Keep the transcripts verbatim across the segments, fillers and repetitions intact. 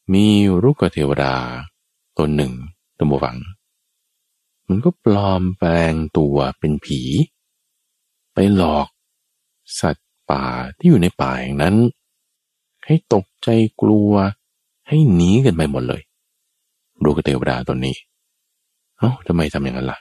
มีรุกขเทวดาตนหนึ่งตามฝังมันก็ปลอมแปลงตัวเป็นผีไปหลอกสัตว์ป่าที่อยู่ในป่าอย่างนั้นให้ตกใจกลัวให้หนีกันไปหมดเลยรุกขเทวดาตนนี้เอ้าทำไมทำอย่างนั้นล่ะ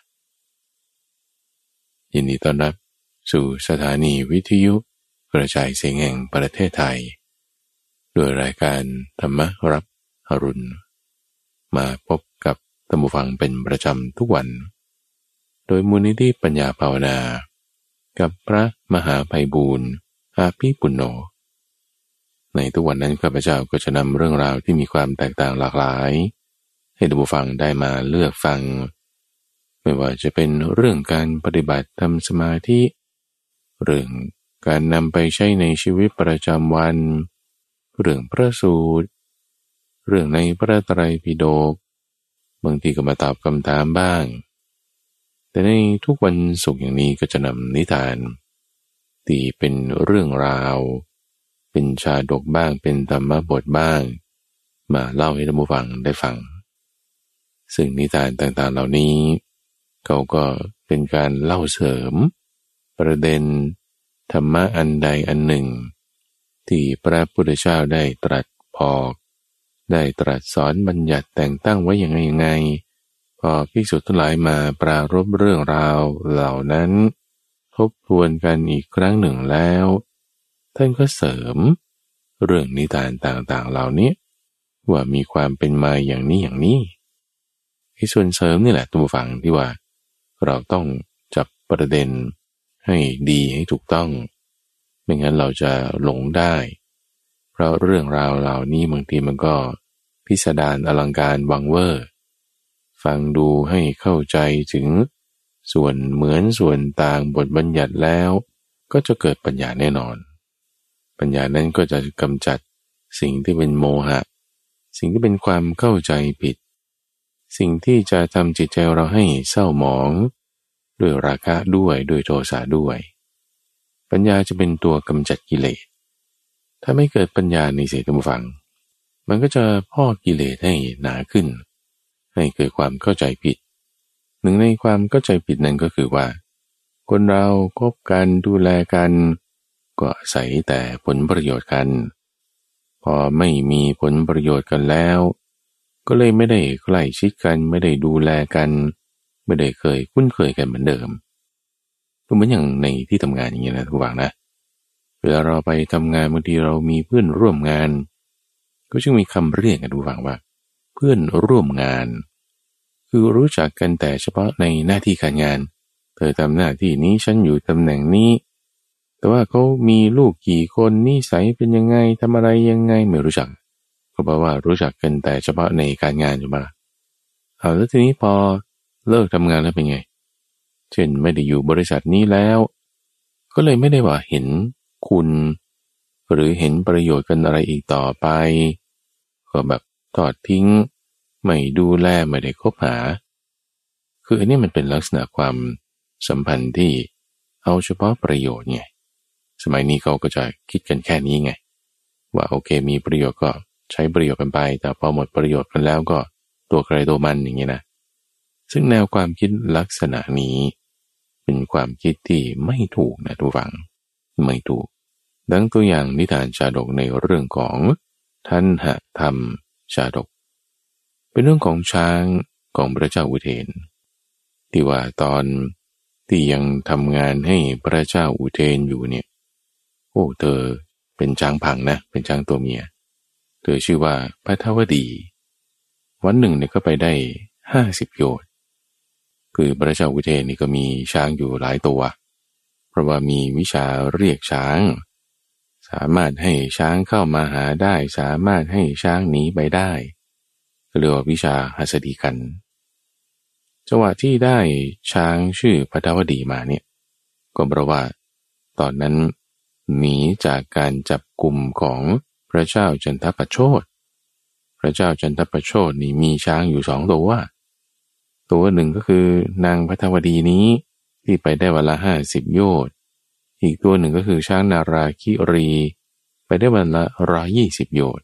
ยินดีต้อนรับสู่สถานีวิทยุกระจายเสียงแห่งประเทศไทยด้วยรายการธรรมรับอรุณมาพบกับท่านผู้ฟังเป็นประจำทุกวันโดยมูลนิธิปัญญาภาวนากับพระมหาไพบูลย์อาภิปุณโญในทุกวันนั้นข้าพเจ้าก็จะนำเรื่องราวที่มีความแตกต่างหลากหลายให้ท่านผู้ฟังได้มาเลือกฟังไม่ว่าจะเป็นเรื่องการปฏิบัติทำสมาธิเรื่องการนำไปใช้ในชีวิตประจำวันเรื่องพระสูตรเรื่องในพระไตรปิฎกบางทีก็มาตอบคำถามบ้างแต่ในทุกวันศุกร์อย่างนี้ก็จะนำนิทานที่เป็นเรื่องราวเป็นชาดกบ้างเป็นธรรมบทบ้างมาเล่าให้ท่านผู้ฟังได้ฟังซึ่งนิทานต่างๆเหล่านี้เขาก็เป็นการเล่าเสริมประเด็นธรรมะอันใดอันหนึ่งที่พระพุทธเจ้าได้ตรัสบอกได้ตรัสสอนบัญญัติแต่งตั้งไว้อย่างไงยังไงพอภิกษุทั้งหลายมาปรารภเรื่องราวเหล่านั้นทบทวนกันอีกครั้งหนึ่งแล้วท่านก็เสริมเรื่องนิทานต่างๆเหล่านี้ว่ามีความเป็นมาอย่างนี้อย่างนี้ไอ้ส่วนเสริมนี่แหละตัวฝั่งที่ว่าเราต้องจับประเด็นให้ดีให้ถูกต้องไม่งั้นเราจะหลงได้เพราะเรื่องราวเหล่านี้บางทีมันก็พิสดารอลังการวังเวอร์ฟังดูให้เข้าใจถึงส่วนเหมือนส่วนต่างบทบัญญัติแล้วก็จะเกิดปัญญาแน่นอนปัญญานั้นก็จะกำจัดสิ่งที่เป็นโมหะสิ่งที่เป็นความเข้าใจผิดสิ่งที่จะทำจิตใจเราให้เศร้าหมองด้วยราคะด้วยด้วยโทสะด้วยปัญญาจะเป็นตัวกำจัดกิเลสถ้าไม่เกิดปัญญาในเสตุฟังมันก็จะพอกกิเลสให้หนาขึ้นให้เกิดความเข้าใจผิดหนึ่งในความเข้าใจผิดนั้นก็คือว่าคนเราคบกันดูแลกันก็อาศัยแต่ผลประโยชน์กันพอไม่มีผลประโยชน์กันแล้วก็เลยไม่ได้ใกล้ชิดกันไม่ได้ดูแลกันไม่ได้เคยคุ้นเคยกันเหมือนเดิมก็เหมือนอย่างในที่ทำงานอย่างนี้นะทุกฝั่งนะเวลาเราไปทำงานบางทีเรามีเพื่อนร่วมงานก็จึงมีคำเรียกกันทุกฝั่งว่าเพื่อนร่วมงานคือรู้จักกันแต่เฉพาะในหน้าที่การงานเธอทำหน้าที่นี้ฉันอยู่ตำแหน่งนี้แต่ว่าเขามีลูกกี่คนนิสัยเป็นยังไงทำอะไรยังไงไม่รู้จักก็แปลว่ารู้จักกันแต่เฉพาะในการงานใช่ไหมเอาแล้วทีนี้พอเลิกทำงานแล้วเป็นไงเช่นไม่ได้อยู่บริษัทนี้แล้วก็เลยไม่ได้ว่าเห็นคุณหรือเห็นประโยชน์กันอะไรอีกต่อไปก็แบบทอดทิ้งไม่ดูแลไม่ได้คบหาคืออันนี้มันเป็นลักษณะความสัมพันธ์ที่เอาเฉพาะประโยชน์ไงสมัยนี้เขาก็จะคิดกันแค่นี้ไงว่าโอเคมีประโยชน์ก็ใช้ประโยชน์กันไปแต่พอหมดประโยชน์กันแล้วก็ตัวใครตัวมันอย่างนี้นะซึ่งแนวความคิดลักษณะนี้เป็นความคิดที่ไม่ถูกนะทุกฝังไม่ถูกดังตัวอย่างนิทานชาดกในเรื่องของทัณหธรรมชาดกเป็นเรื่องของช้างของพระเจ้าอุเทนที่ว่าตอนที่ยังทำงานให้พระเจ้าอุเทนอยู่เนี่ยโอ้เธอเป็นช้างพังนะเป็นช้างตัวเมียเธอชื่อว่าภัทวดีวันหนึ่งเนี่ยก็ไปได้ห้าสิบโยชน์คือพระเจ้าอุเทนนี่ก็มีช้างอยู่หลายตัวเพราะว่ามีวิชาเรียกช้างสามารถให้ช้างเข้ามาหาได้สามารถให้ช้างหนีไปได้เรียกว่าวิชาหัสดีกันจังหวะที่ได้ช้างชื่อภัทวดีมาเนี่ยก็เพราะว่าตอนนั้นหนีจากการจับกลุ่มของพระเจ้าจันทประโชติพระเจ้าจันทประโชตินี่มีช้างอยู่สองตัวตัวหนึ่งก็คือนางภัทวดีนี้ที่ไปได้วันละห้าสิบโยชน์อีกตัวหนึ่งก็คือช้างนาราคิรีไปได้วันละร้อยยี่สิบโยชน์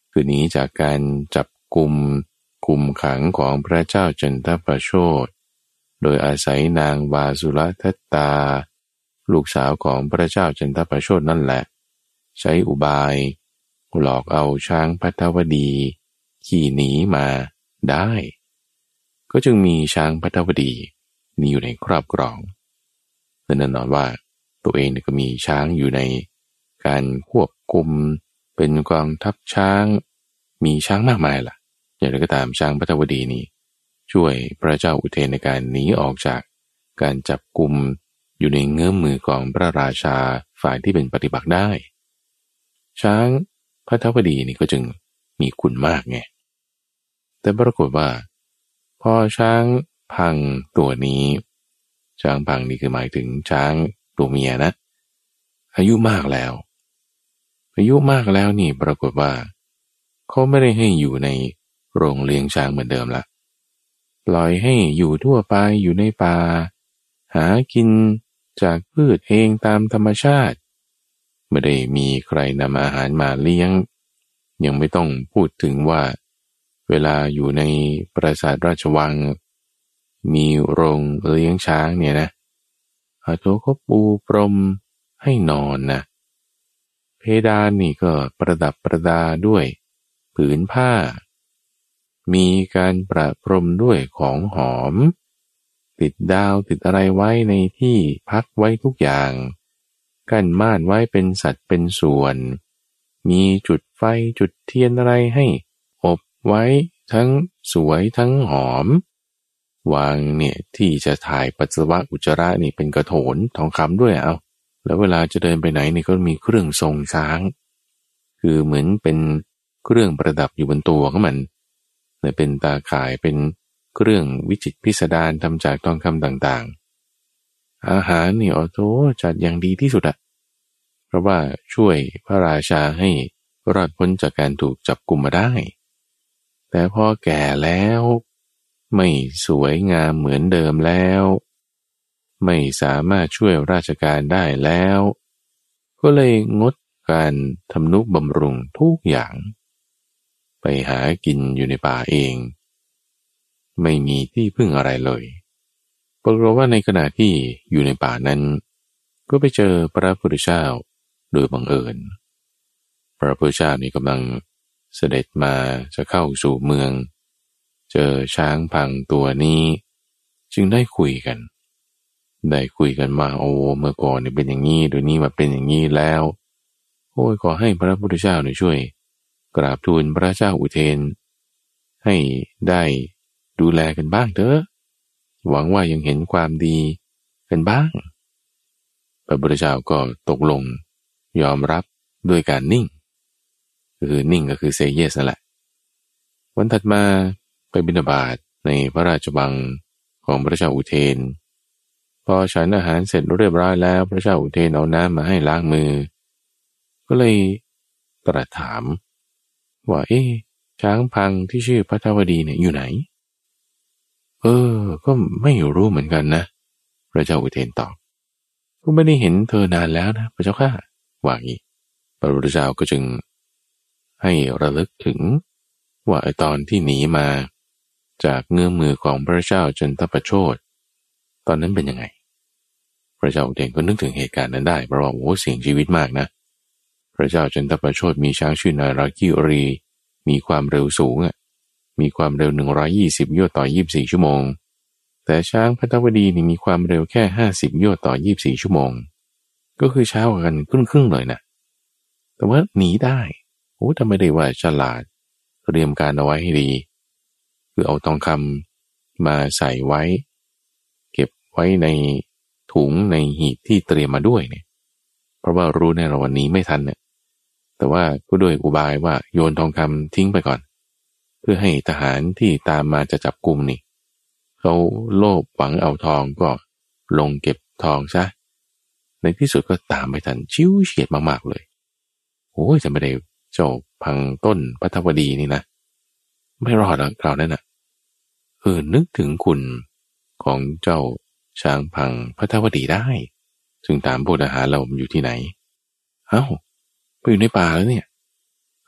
คือหนีจากการจับกุมคุมขังของพระเจ้าจันทประโชตโดยอาศัยนางวาสุรทัตตาลูกสาวของพระเจ้าจันทประโชตนั่นแหละใช้อุบายหลอกเอาช้างภัทวดีขี่หนีมาได้ก็จึงมีช้างภัทวดีมีอยู่ในครอบครองและแน่นอนว่าตัวเองก็มีช้างอยู่ในการควบคุมเป็นกองทัพช้างมีช้างมากมายล่ะอย่างไรก็ตามช้างภัทวดีนี้ช่วยพระเจ้าอุเทนในการหนีออกจากการจับกุมอยู่ในเงื้อมมือของพระราชาฝ่ายที่เป็นปฏิบัติได้ช้างภัทวดีนี่ก็จึงมีคุณมากไงแต่ปรากฏว่าพอช้างพังตัวนี้ช้างพังนี่คือหมายถึงช้างตัวเมียนะอายุมากแล้วอายุมากแล้วนี่ปรากฏว่าเขาไม่ได้ให้อยู่ในโรงเลี้ยงช้างเหมือนเดิมละปล่อยให้อยู่ทั่วไปอยู่ในป่าหากินจากพืชเองตามธรรมชาติไม่ได้มีใครนำอาหารมาเลี้ยงยังไม่ต้องพูดถึงว่าเวลาอยู่ในปราสาทราชวังมีโรงเลี้ยงช้างเนี่ยนะอาโตก็ปูพรมให้นอนนะเพดานนี่ก็ประดับประดาด้วยผืนผ้ามีการประพรมด้วยของหอมติดดาวติดอะไรไว้ในที่พักไว้ทุกอย่างกั้นม่านไว้เป็นสัดเป็นส่วนมีจุดไฟจุดเทียนอะไรให้อบไว้ทั้งสวยทั้งหอมวางเนี่ยที่จะถ่ายปัสสาวะอุจจาระนี่เป็นกระโถนทองคำด้วยเอาแล้วเวลาจะเดินไปไหนนี่ก็มีเครื่องทรงช้างคือเหมือนเป็นเครื่องประดับอยู่บนตัวของมันเนี่ยเป็นตาข่ายเป็นเครื่องวิจิตรพิสดารทำจากทองคำต่างๆอาหารนี่อ๋อโธ่จัดอย่างดีที่สุดอะเพราะว่าช่วยพระราชาให้รอดพ้นจากการถูกจับกุมมาได้แต่พอแก่แล้วไม่สวยงามเหมือนเดิมแล้วไม่สามารถช่วยราชการได้แล้วก็เลยงดการทำนุบำรุงทุกอย่างไปหากินอยู่ในป่าเองไม่มีที่พึ่งอะไรเลยปรากฏว่าในขณะที่อยู่ในป่านั้นก็ไปเจอพระพุทธเจ้าโดยบังเอิญพระพุทธเจ้านี่กำลังเสด็จมาจะเข้าสู่เมืองเจอช้างพังตัวนี้จึงได้คุยกันได้คุยกันว่าโอ้เมื่อก่อนเนี่ยเป็นอย่างนี้เดี๋ยวนี้มาเป็นอย่างนี้แล้วโอ้ยขอให้พระพุทธเจ้าเนี่ยช่วยกราบทูลพระเจ้าอุเทนให้ได้ดูแลกันบ้างเถอะหวังว่ายังเห็นความดีกันบ้างพระพุทธเจ้าก็ตกลงยอมรับด้วยการนิ่งคือนิ่งก็คือเซเยสนั่นแหละวันถัดมาไปบิณฑบาตในพระราชวังของพระเจ้าอุเทนพอฉันอาหารเสร็จเรียบร้อยแล้วพระเจ้าอุเทนเอาน้ำมาให้ล้างมือก็เลยตรัสถามว่าเอ๊ะช้างพังที่ชื่อภัทวดีเนี่ยอยู่ไหนเออก็ไม่รู้เหมือนกันนะพระเจ้าอุเทนตอบก็ไม่ได้เห็นเธอนานแล้วนะพระเจ้าข้าว่างี้พระพุทธเจ้าก็จึงให้ระลึกถึงว่าไอ้ตอนที่หนีมาจากเงื้อมือของพระเจ้าจันทประโชตตอนนั้นเป็นยังไงพระเจ้าอุเทนก็นึกถึงเหตุการณ์นั้นได้เพราะว่าโอ้เสี่ยงชีวิตมากนะพระเจ้าจันทประโชตมีช้างชื่อนาราคิรีมีความเร็วสูงอ่ะมีความเร็วหนึ่งร้อยยี่สิบโยชน์ต่อยี่สิบสี่ชั่วโมงแต่ช้างภัทวดีนี่มีความเร็วแค่ห้าสิบโยชน์ต่อยี่สิบสี่ชั่วโมงก็คือช้ากว่ากันครึ่งๆเลยนะแต่ว่าหนีได้โอ้ทำไมได้ว่าฉลาดเตรียมการเอาไว้ให้ดีคือเอาทองคำมาใส่ไว้เก็บไว้ในถุงในหีบที่เตรียมมาด้วยเนี่ยเพราะว่ารู้แน่ว่าวันนี้ไม่ทันเนี่ยแต่ว่าก็ด้วยอุบายว่าโยนทองคำทิ้งไปก่อนเพื่อให้ทหารที่ตามมาจะจับกุมนี่เขาโลภหวังเอาทองก็ลงเก็บทองซะในที่สุดก็ตามไม่ทันชิวเฉียดมากๆเลยโอ้ยจะไม่ได้เจ้าพังต้นภัทวดีนี่นะไม่รอดแล้วคราวนั้นน่ะเออนึกถึงคุณของเจ้าช้างพังภัทวดีได้จึงถามพวกทหารเราอยู่ที่ไหนเอ้าไปอยู่ในป่าแล้วเนี่ย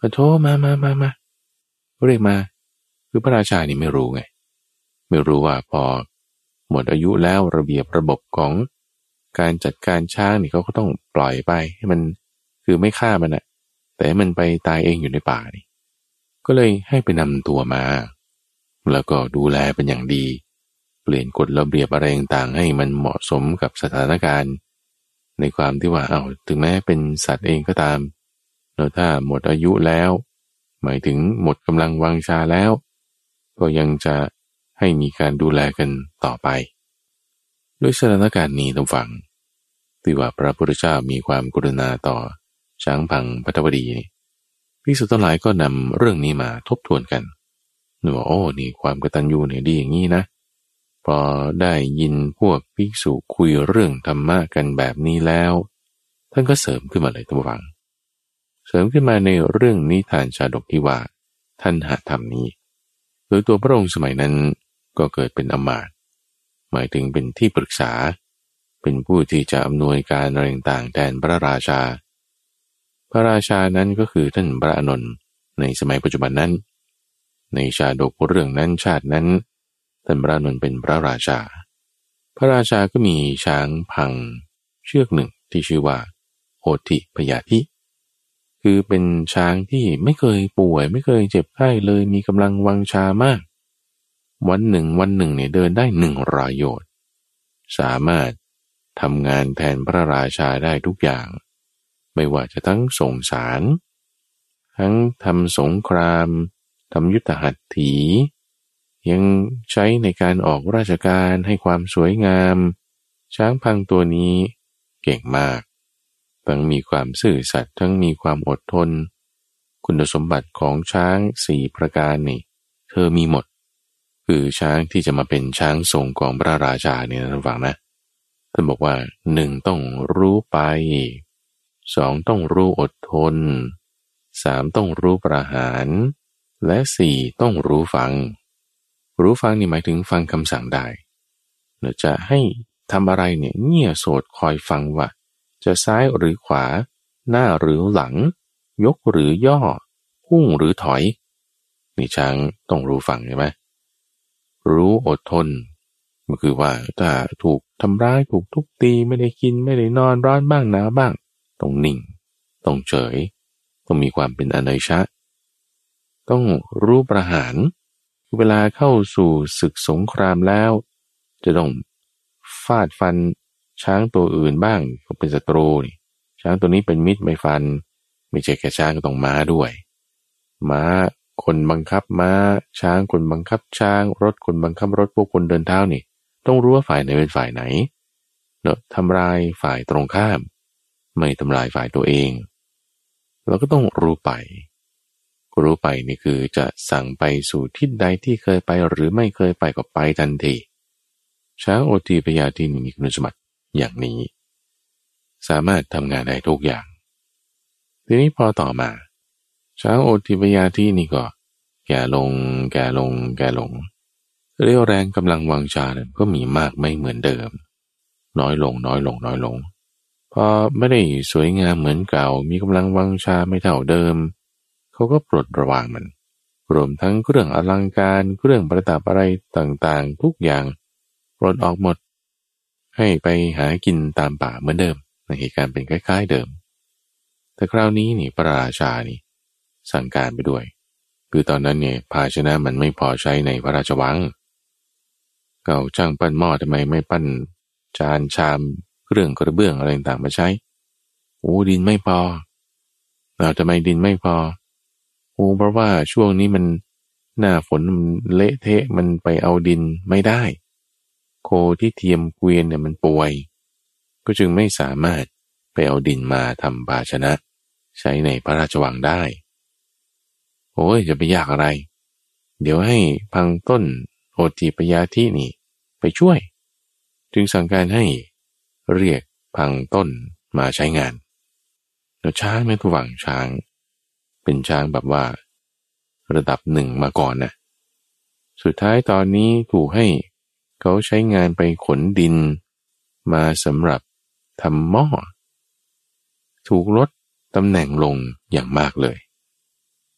โทรมามามามาเรียกมาคือพระราชานี่ไม่รู้ไงไม่รู้ว่าพอหมดอายุแล้วระเบียบระบบของการจัดการช้างนี่เขาก็ต้องปล่อยไปให้มันคือไม่ฆ่ามันอะแต่ให้มันไปตายเองอยู่ในป่านี่ก็เลยให้ไปนำตัวมาแล้วก็ดูแลเป็นอย่างดีเปลี่ยนกฎระเบียบอะไรต่างๆให้มันเหมาะสมกับสถานการณ์ในความที่ว่าเอาถึงแม้เป็นสัตว์เองก็ตามแล้วถ้าหมดอายุแล้วหมายถึงหมดกำลังวังชาแล้วก็ยังจะให้มีการดูแลกันต่อไปด้วยสถานการณ์นี้ต้องฟังที่ว่าพระพุทธเจ้ามีความกรุณาต่อช้างพังพัทวดีนี่ภิกษุทั้งหลายก็นำเรื่องนี้มาทบทวนกันนึกว่าโอ้นี่ความกตัญญูเนี่ยดีอย่างนี้นะพอได้ยินพวกภิกษุคุยเรื่องธรรมะกันแบบนี้แล้วท่านก็เสริมขึ้นมาเลยท่านผู้ฟังเสริมขึ้นมาในเรื่องนิทานชาดกที่ว่าท่านหาธรรมนี้โดยตัวพระองค์สมัยนั้นก็เกิดเป็นอมาตย์หมายถึงเป็นที่ปรึกษาเป็นผู้ที่จะอำนวยการอะไรต่างๆแทนพระราชาพระราชานั้นก็คือท่านพระอานนท์ในสมัยปัจจุบันนั้นในชาดกเรื่องนั้นชาตินั้นท่านพระอานนท์เป็นพระราชาพระราชาก็มีช้างพังเชือกหนึ่งที่ชื่อว่าโอทิพยาธิคือเป็นช้างที่ไม่เคยป่วยไม่เคยเจ็บไข้เลยมีกำลังวังชามากวันหนึ่งวันหนึ่งเนี่ยเดินได้หนึ่งร้อยโยชน์สามารถทำงานแทนพระราชาได้ทุกอย่างไม่ว่าจะทั้งส่งสารทั้งทำสงครามทำยุทธหัตถียังใช้ในการออกราชการให้ความสวยงามช้างพังตัวนี้เก่งมากทั้งมีความซื่อสัตย์ทั้งมีความอดทนคุณสมบัติของช้างสี่ประการนี่เธอมีหมดคือช้างที่จะมาเป็นช้างทรงของพระราชาเนี่ยท่านฟังนะท่านบอกว่าหนึ่งต้องรู้ไปสองต้องรู้อดทนสามต้องรู้ประหารและสี่ต้องรู้ฟังรู้ฟังนี่หมายถึงฟังคำสั่งได้เดี๋ยวจะให้ทำอะไรเนี่ยเงี่ยโสดคอยฟังว่าจะซ้ายหรือขวาหน้าหรือหลังยกหรือย่อพุ่งหรือถอยนี่ช้างต้องรู้ฟังใช่ไหมรู้อดทนก็คือว่าถ้าถูกทำร้ายถูกทุบตีไม่ได้กินไม่ได้นอนร้อนบ้างหนาวบ้างต้องนิ่งต้องเฉยต้องมีความเป็นอนัยชะต้องรู้ประหารเวลาเข้าสู่ศึกสงครามแล้วจะต้องฟาดฟันช้างตัวอื่นบ้างก็เป็นศัตรูนี่ช้างตัวนี้เป็นมิตรไม่ฟันไม่ใช่แค่ช้างก็ต้องม้าด้วยม้าคนบังคับม้าช้างคนบังคับช้างรถคนบังคับรถพวกคนเดินเท้านี่ต้องรู้ว่าฝ่ายไหนเป็นฝ่ายไหนเนอะทำลายฝ่ายตรงข้ามไม่ทำลายฝ่ายตัวเองเราก็ต้องรู้ไปรู้ไปนี่คือจะสั่งไปสู่ทิศใดที่เคยไปหรือไม่เคยไปก็ไปทันทีช้างโอทีพยาธิมีคุณสมบัติอย่างนี้สามารถทำงานได้ทุกอย่างทีนี้พอต่อมาช้างโอทีพยาธินี่ก็แก่ลงแก่ลงแก่ลงเรี่ยวแรงกำลังวังชาก็มีมากไม่เหมือนเดิมน้อยลงน้อยลงน้อยลงพอไม่ได้สวยงามเหมือนเก่ามีกำลังวังชาไม่เท่าเดิมเขาก็ปลดระวางมันรวมทั้งเครื่องอลังการเครื่องประดับอะไรต่างๆทุกอย่างปลดออกหมดให้ไปหากินตามป่าเหมือนเดิมในเหตุการณ์เป็นคล้ายๆเดิมแต่คราวนี้นี่พระราชานี่สั่งการไปด้วยคือตอนนั้นเนี่ยภาชนะมันไม่พอใช้ในพระราชวังเก่าช่างปั้นหม้อทำไมไม่ปั้นจานชามเครื่องกระเบื้องอะไรต่างๆมาใช้โอ้ดินไม่พอเราทำไมดินไม่พอโอ้เพราะว่าช่วงนี้มันหน้าฝนมันเละเทะมันไปเอาดินไม่ได้โคที่เทียมเกวียนเนี่ยมันป่วยก็จึงไม่สามารถไปเอาดินมาทำภาชนะใช้ในพระราชวังได้โอ้ยจะไปยากอะไรเดี๋ยวให้พังต้นโอทีพยาธินี่ไปช่วยจึงสั่งการให้เรียกพังต้นมาใช้งานแล้วช้างไม่ผู้หวังช้างเป็นช้างแบบว่าระดับหนึ่งมาก่อนนะสุดท้ายตอนนี้ถูกให้เขาใช้งานไปขนดินมาสำหรับทำหม้อถูกลดตำแหน่งลงอย่างมากเลย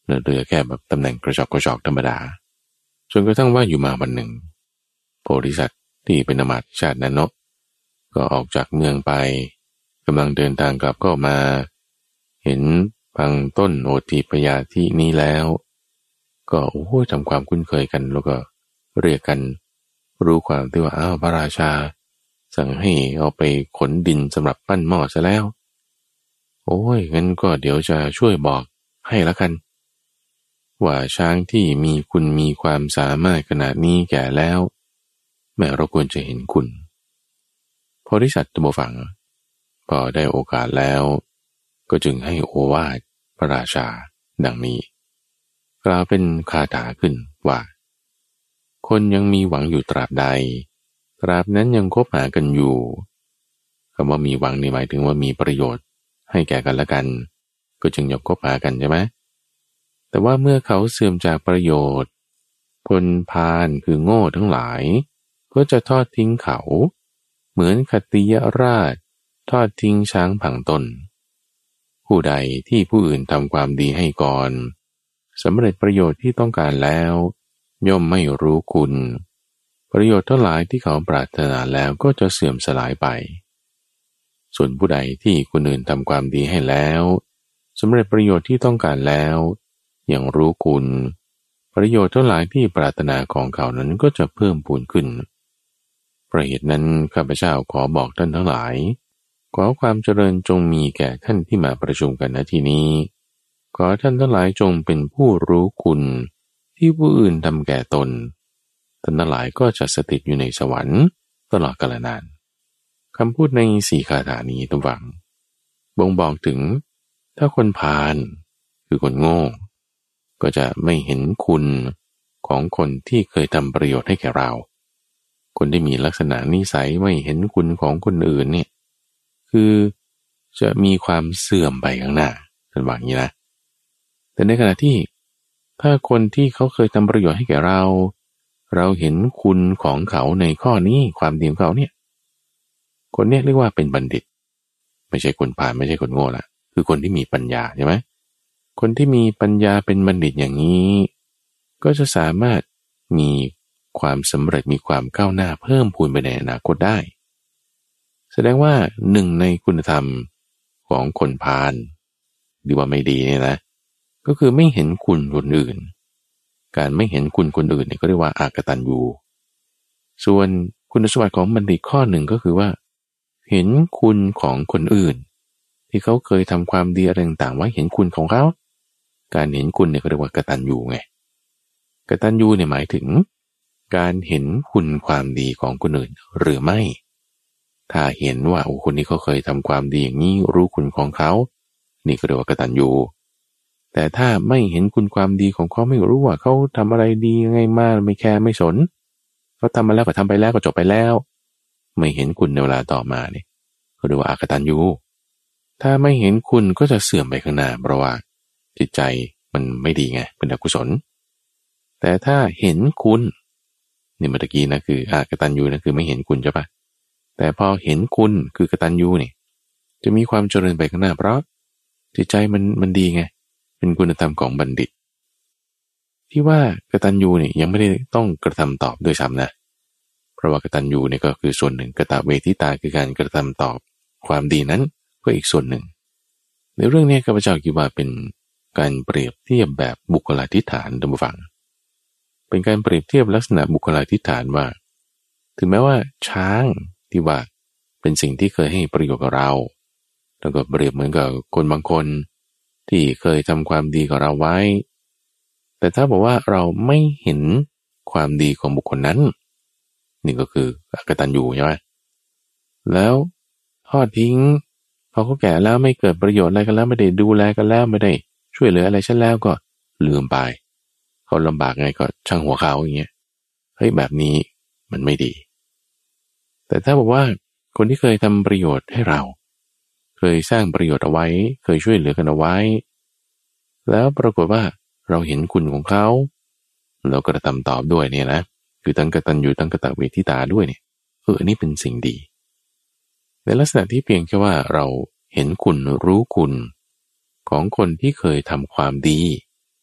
เหลือแค่แบบตำแหน่งกระจอกกระจอกธรรมดาจนกระทั่งว่าอยู่มาวันหนึ่งโพธิสัตว์ที่เป็นอมาตย์ชาตินั้นเนาะก็ออกจากเมืองไปกำลังเดินทางกลับก็มาเห็นพังต้นโอทีปยาธินี้แล้วก็โอ้โหทำความคุ้นเคยกันแล้วก็เรียกกันรู้ความที่ว่าอ้าวพระราชาสั่งให้เอาไปขนดินสำหรับปั้นหม้อซะแล้วโอ้ยงั้นก็เดี๋ยวจะช่วยบอกให้ละกันว่าช้างที่มีคุณมีความสามารถขนาดนี้แก่แล้วแม้เราควรจะเห็นคุณโพธิสัตว์ตัวฝังพอได้โอกาสแล้วก็จึงให้โอวาทพระราชาดังนี้กล่าวเป็นคาถาขึ้นว่าคนยังมีหวังอยู่ตราบใดตราบนั้นยังคบหากันอยู่คำว่ามีหวังนี่หมายถึงว่ามีประโยชน์ให้แก่กันและกันก็จึงยกคบหากันใช่ไหมแต่ว่าเมื่อเขาเสื่อมจากประโยชน์พลพาลคือโง่ทั้งหลายก็จะทอดทิ้งเขาเหมือนขติยราชทอดทิ้งช้างผังตนผู้ใดที่ผู้อื่นทำความดีให้ก่อนสำเร็จประโยชน์ที่ต้องการแล้วย่อมไม่รู้คุณประโยชน์ทั้งหลายที่เขาปรารถนาแล้วก็จะเสื่อมสลายไปส่วนผู้ใดที่คนอื่นทำความดีให้แล้วสำเร็จประโยชน์ที่ต้องการแล้วยังรู้คุณประโยชน์ทั้งหลายที่ปรารถนาของเขานั้นก็จะเพิ่มพูนขึ้นเพราะเหตุนั้นข้าพเจ้าขอบอกท่านทั้งหลายขอความเจริญจงมีแก่ท่านที่มาประชุมกันณที่นี้ขอท่านทั้งหลายจงเป็นผู้รู้คุณที่ผู้อื่นทำแก่ตนท่านทั้งหลายก็จะสถิตอยู่ในสวรรค์ตลอดกาลนานคำพูดในสี่คาถานี้ทุกฝังบ่งบอกถึงถ้าคนพาลคือคนโง่ก็จะไม่เห็นคุณของคนที่เคยทำประโยชน์ให้แก่เราคนที่มีลักษณะนิสัยไม่เห็นคุณของคนอื่นเนี่ยคือจะมีความเสื่อมไปข้างหน้าเป็นแบบนี้นะแต่ในขณะที่ถ้าคนที่เขาเคยทำประโยชน์ให้แก่เราเราเห็นคุณของเขาในข้อนี้ความดีของเขาเนี่ยคนเนี้ยเรียกว่าเป็นบัณฑิตไม่ใช่คนพาลไม่ใช่คนโง่ละคือคนที่มีปัญญาใช่ไหมคนที่มีปัญญาเป็นบัณฑิตอย่างนี้ก็จะสามารถมีความสำเร็จมีความก้าวหน้าเพิ่มพูนไปในอนาคตได้แสดงว่าหนึ่งในคุณธรรมของคนพาลหรือว่าไม่ดีเนี่ยนะก็คือไม่เห็นคุณคนอื่นการไม่เห็นคุณคนอื่นเนี่ยก็เรียกว่าอากตัญญูส่วนคุณสมบัติของบัณฑิตข้อหนึ่งก็คือว่าเห็นคุณของคนอื่นที่เขาเคยทำความดีอะไรต่างๆไว้เห็นคุณของเขาการเห็นคุณเนี่ยเขาเรียกว่ากตัญญูไงกตัญญูเนี่ยหมายถึงการเห็นคุณความดีของคนอื่นหรือไม่ถ้าเห็นว่าโอ้คนนี้เขาเคยทำความดีอย่างนี้รู้คุณของเขานี่ก็เรียกว่ากตัญญูแต่ถ้าไม่เห็นคุณความดีของเขาไม่รู้ว่าเขาทำอะไรดียังไงมาไม่แคร์ไม่สนเขาทำมาแล้วก็ทำไปแล้วก็จบไปแล้วไม่เห็นคุณในเวลาต่อมาเนี่ยเขาเรียกว่าอากตัญญูถ้าไม่เห็นคุณก็จะเสื่อมไปข้างหน้าเพราะว่าจิตใจมันไม่ดีไงเป็นอกุศลแต่ถ้าเห็นคุณนี่เมื่อกี้นะคืออากตัญญูนะคือไม่เห็นคุณใช่ปะแต่พอเห็นคุณคือกตัญญูนี่จะมีความเจริญไปข้างหน้าเพราะจิตใจมันมันดีไงเป็นคุณธรรมของบัณฑิตที่ว่ากตัญญูเนี่ยยังไม่ได้ต้องกระทำตอบด้วยซ้ำนะเพราะว่ากตัญญูเนี่ยก็คือส่วนหนึ่งกตเวทิตาคือการกระทำตอบความดีนั้นก็อีกส่วนหนึ่งในเรื่องนี้ข้าพเจ้าคิดว่าเป็นการเปรียบเทียบแบบบุคลาธิฐานท่านผู้ฟังเป็นการเปรียบเทียบลักษณะบุคลาธิฐานว่าถึงแม้ว่าช้างที่ว่าเป็นสิ่งที่เคยให้ประโยชน์กับเราแล้วก็เปรียบเหมือนกับคนบางคนที่เคยทำความดีกับเราไว้แต่ถ้าบอกว่าเราไม่เห็นความดีของบุคคลนั้นนี่ก็คือกตัญญูใช่ไหมแล้วทอดทิ้งพอเขาแก่แล้วไม่เกิดประโยชน์อะไรกันแล้วไม่ได้ดูแลกันแล้วไม่ได้ช่วยเหลืออะไรฉันแล้วก็ลืมไปเขาลำบากไงก็ช่างหัวเขาอย่างเงี้ยเฮ้ยแบบนี้มันไม่ดีแต่ถ้าบอกว่าคนที่เคยทำประโยชน์ให้เราเคยสร้างประโยชน์เอาไว้เคยช่วยเหลือกันเอาไว้แล้วปรากฏว่าเราเห็นคุณของเขาเรากระทำตอบด้วยเนี่ยนะคือทั้งกตัญญูทั้งกตเวทิตาด้วยเนี่ยเอออันนี้เป็นสิ่งดีในลักษณะที่เพียงแค่ว่าเราเห็นคุณรู้คุณของคนที่เคยทำความดี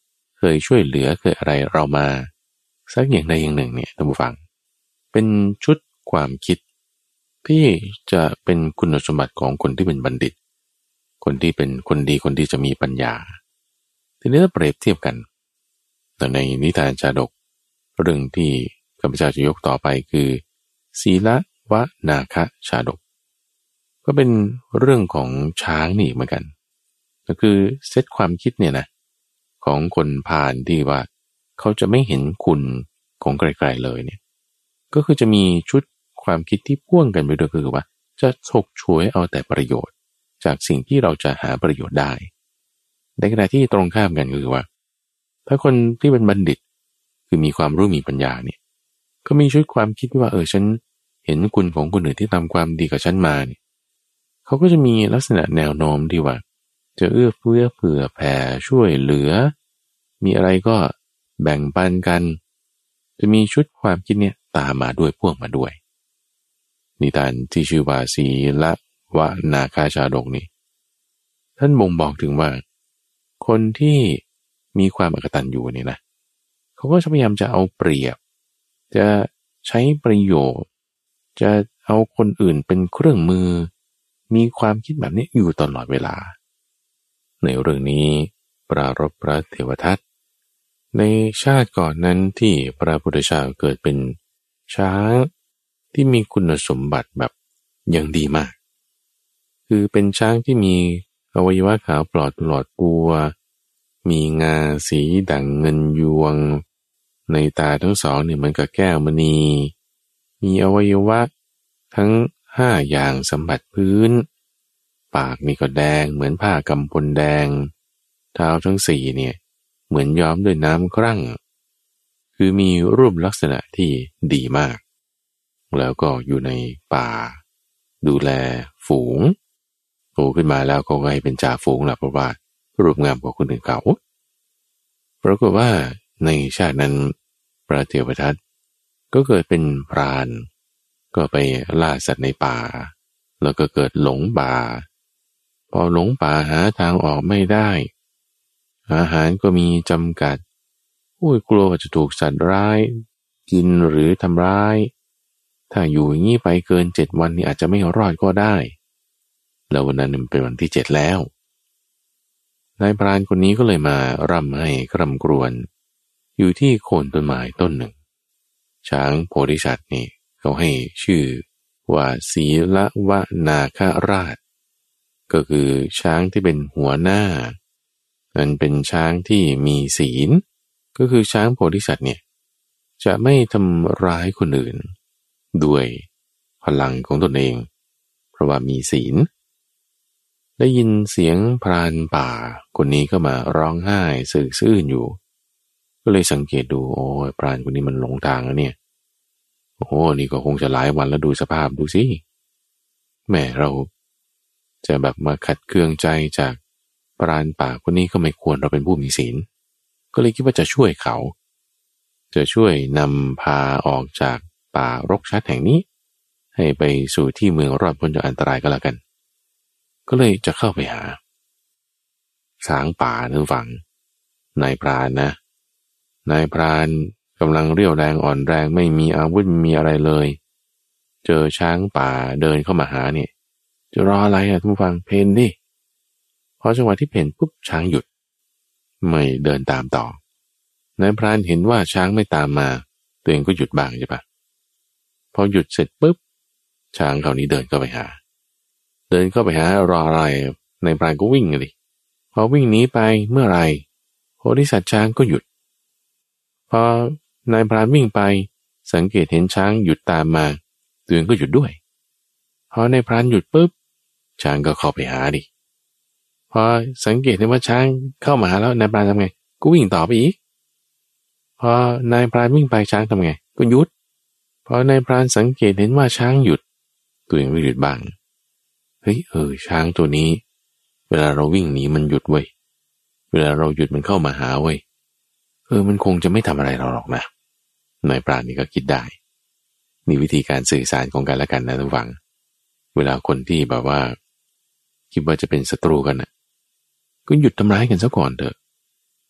ยช่วยเหลือเคยอะไรเรามาสักอย่างใดอย่างหนึ่งเนี่ยท่านผู้ฟังเป็นชุดความคิดที่จะเป็นคุณสมบัติของคนที่เป็นบัณฑิตคนที่เป็นคนดีคนที่จะมีปัญญาทีนี้ถ้าเปรียบเทียบกันแต่ในนิทานชาดกเรื่องที่ข้าพเจ้าจะยกต่อไปคือศีลวนาคะชาดกก็เป็นเรื่องของช้างนี่เหมือนกันก็คือเซตความคิดเนี่ยนะของคนพาลที่ว่าเขาจะไม่เห็นคุณของไกลๆเลยเนี่ยก็คือจะมีชุดความคิดที่พ่วงกันไปด้วยคือว่าจะฉกฉวยเอาแต่ประโยชน์จากสิ่งที่เราจะหาประโยชน์ได้ในขณะที่ตรงข้ามกันคือว่าถ้าคนที่เป็นบัณฑิตคือมีความรู้มีปัญญาเนี่ยก็มีชุดความคิดว่าเออฉันเห็นคุณของคนอื่นที่ทำความดีกับฉันมาเนี่ยเขาก็จะมีลักษณะแนวโน้มที่ว่าจะเอื้อเฟื้อเผื่อแผ่ช่วยเหลือมีอะไรก็แบ่งปันกันจะมีชุดความคิดเนี่ยตามมาด้วยพ่วงมาด้วยนิทานที่ชื่อว่าศีลวนาคาชาดกนี่ท่านบ่งบอกถึงว่าคนที่มีความอกตัญญูนี่นะเขาก็พยายามจะเอาเปรียบจะใช้ประโยชน์จะเอาคนอื่นเป็นเครื่องมือมีความคิดแบบนี้อยู่ตลอดเวลาในเรื่องนี้ปรารภพระเทวทัตในชาติก่อนนั้นที่พระพุทธเจ้าเกิดเป็นช้างที่มีคุณสมบัติแบบอย่างดีมากคือเป็นช้างที่มีอวัยวะขาวปลอดหลอดปัวมีงาสีดั่งเงินยวงในตาทั้งสองเนี่ยเหมือนกับแก้วมณีมีอวัยวะทั้งห้าอย่างสัมผัสพื้นปากนี่ก็แดงเหมือนผ้ากำพลแดงเท้าทั้งสี่เนี่ยเหมือนย้อมด้วยน้ำครั่งคือมีรูปลักษณะที่ดีมากแล้วก็อยู่ในป่าดูแลฝูงโตขึ้นมาแล้วก็ให้เป็นจ่าฝูงแหละเพราะว่ารูปงามกว่าคนอื่นเขาปรากฏว่าในชาตินั้นพระเทวทัตก็เกิดเป็นพรานก็ไปล่าสัตว์ในป่าแล้วก็เกิดหลงป่าพอหลงป่าหาทางออกไม่ได้อาหารก็มีจำกัดโอ้ยกลัวว่าจะถูกสัตว์ร้ายกินหรือทำร้ายถ้าอยู่อย่างนี้ไปเกินเจ็ดวันนี่อาจจะไม่รอดก็ได้แล้ววันนั้นเป็นวันที่เจ็ดแล้วนายพรานคนนี้ก็เลยมาร่ำให้คร่ำครวญอยู่ที่โคนต้นไม้ต้นหนึ่งช้างโพธิสัตว์นี่เขาให้ชื่อว่าศีลวนาคราชก็คือช้างที่เป็นหัวหน้านั้นเป็นช้างที่มีศีลก็คือช้างโพธิสัตว์เนี่ยจะไม่ทำร้ายคนอื่นด้วยพลังของตนเองเพราะว่ามีศีลได้ยินเสียงพรานป่าคนนี้ก็มาร้องไห้สื่อซื่นอยู่ก็เลยสังเกตดูโอ้ยพรานคนนี้มันหลงทางแล้วเนี่ยโอ้นี่ก็คงจะหลายวันแล้วดูสภาพดูสิแม่เราจะแบบมาขัดเคืองใจจากพรานป่าคนนี้ก็ไม่ควรเราเป็นผู้มีศีลก็เลยคิดว่าจะช่วยเขาจะช่วยนำพาออกจากป่ารกชัดแห่งนี้ให้ไปสู่ที่เมืองรอดพ้นจากอันตรายก็แล้วกันก็เลยจะเข้าไปหาช้างป่านึกฝังนายพรานนะนายพรานกำลังเรี่ยวแรงอ่อนแรงไม่มีอาวุธไม่มีอะไรเลยเจอช้างป่าเดินเข้ามาหาเนี่ยจะรออะไรอ่ะทุกฟังเพนดิพอจังหวะที่เพนปุ๊บช้างหยุดไม่เดินตามต่อนายพรานเห็นว่าช้างไม่ตามมาตัวเองก็หยุดบ้างใช่ปะพอหยุดเสร็จปุ๊บช้างคราวนี้เดินเข้าไปหาเดินเข้าไปหารออะไรนายพรานก็วิ่งเลยพอวิ่งหนีไปเมื่อไรโพธิสัตว์ช้างก็หยุดพอนายพรานวิ่งไปสังเกตเห็นช้างหยุดตามมาตัวเองก็หยุดด้วยพอนายพรานหยุดปุ๊บช้างก็เข้าไปหาดิพอสังเกตเห็นว่าช้างเข้ามาหาแล้วนายพรานทำไงก็วิ่งต่อไปอีกพอนายพรานวิ่งไปช้างทำไงก็หยุดพอนายพรานสังเกตเห็นว่าช้างหยุดตัวเองก็หยุดบ้างเฮ้ยเออช้างตัวนี้เวลาเราวิ่งหนีมันหยุดเว้ยเวลาเราหยุดมันเข้ามาหาเว้ยเออมันคงจะไม่ทำอะไรเราหรอกนะนายพรานนี่ก็คิดได้มีวิธีการสื่อสารของกันและกันนะทุกฝังเวลาคนที่แบบว่าคิดว่าจะเป็นศัตรูกันนะก็หยุดทำร้ายกันซะก่อนเถอะ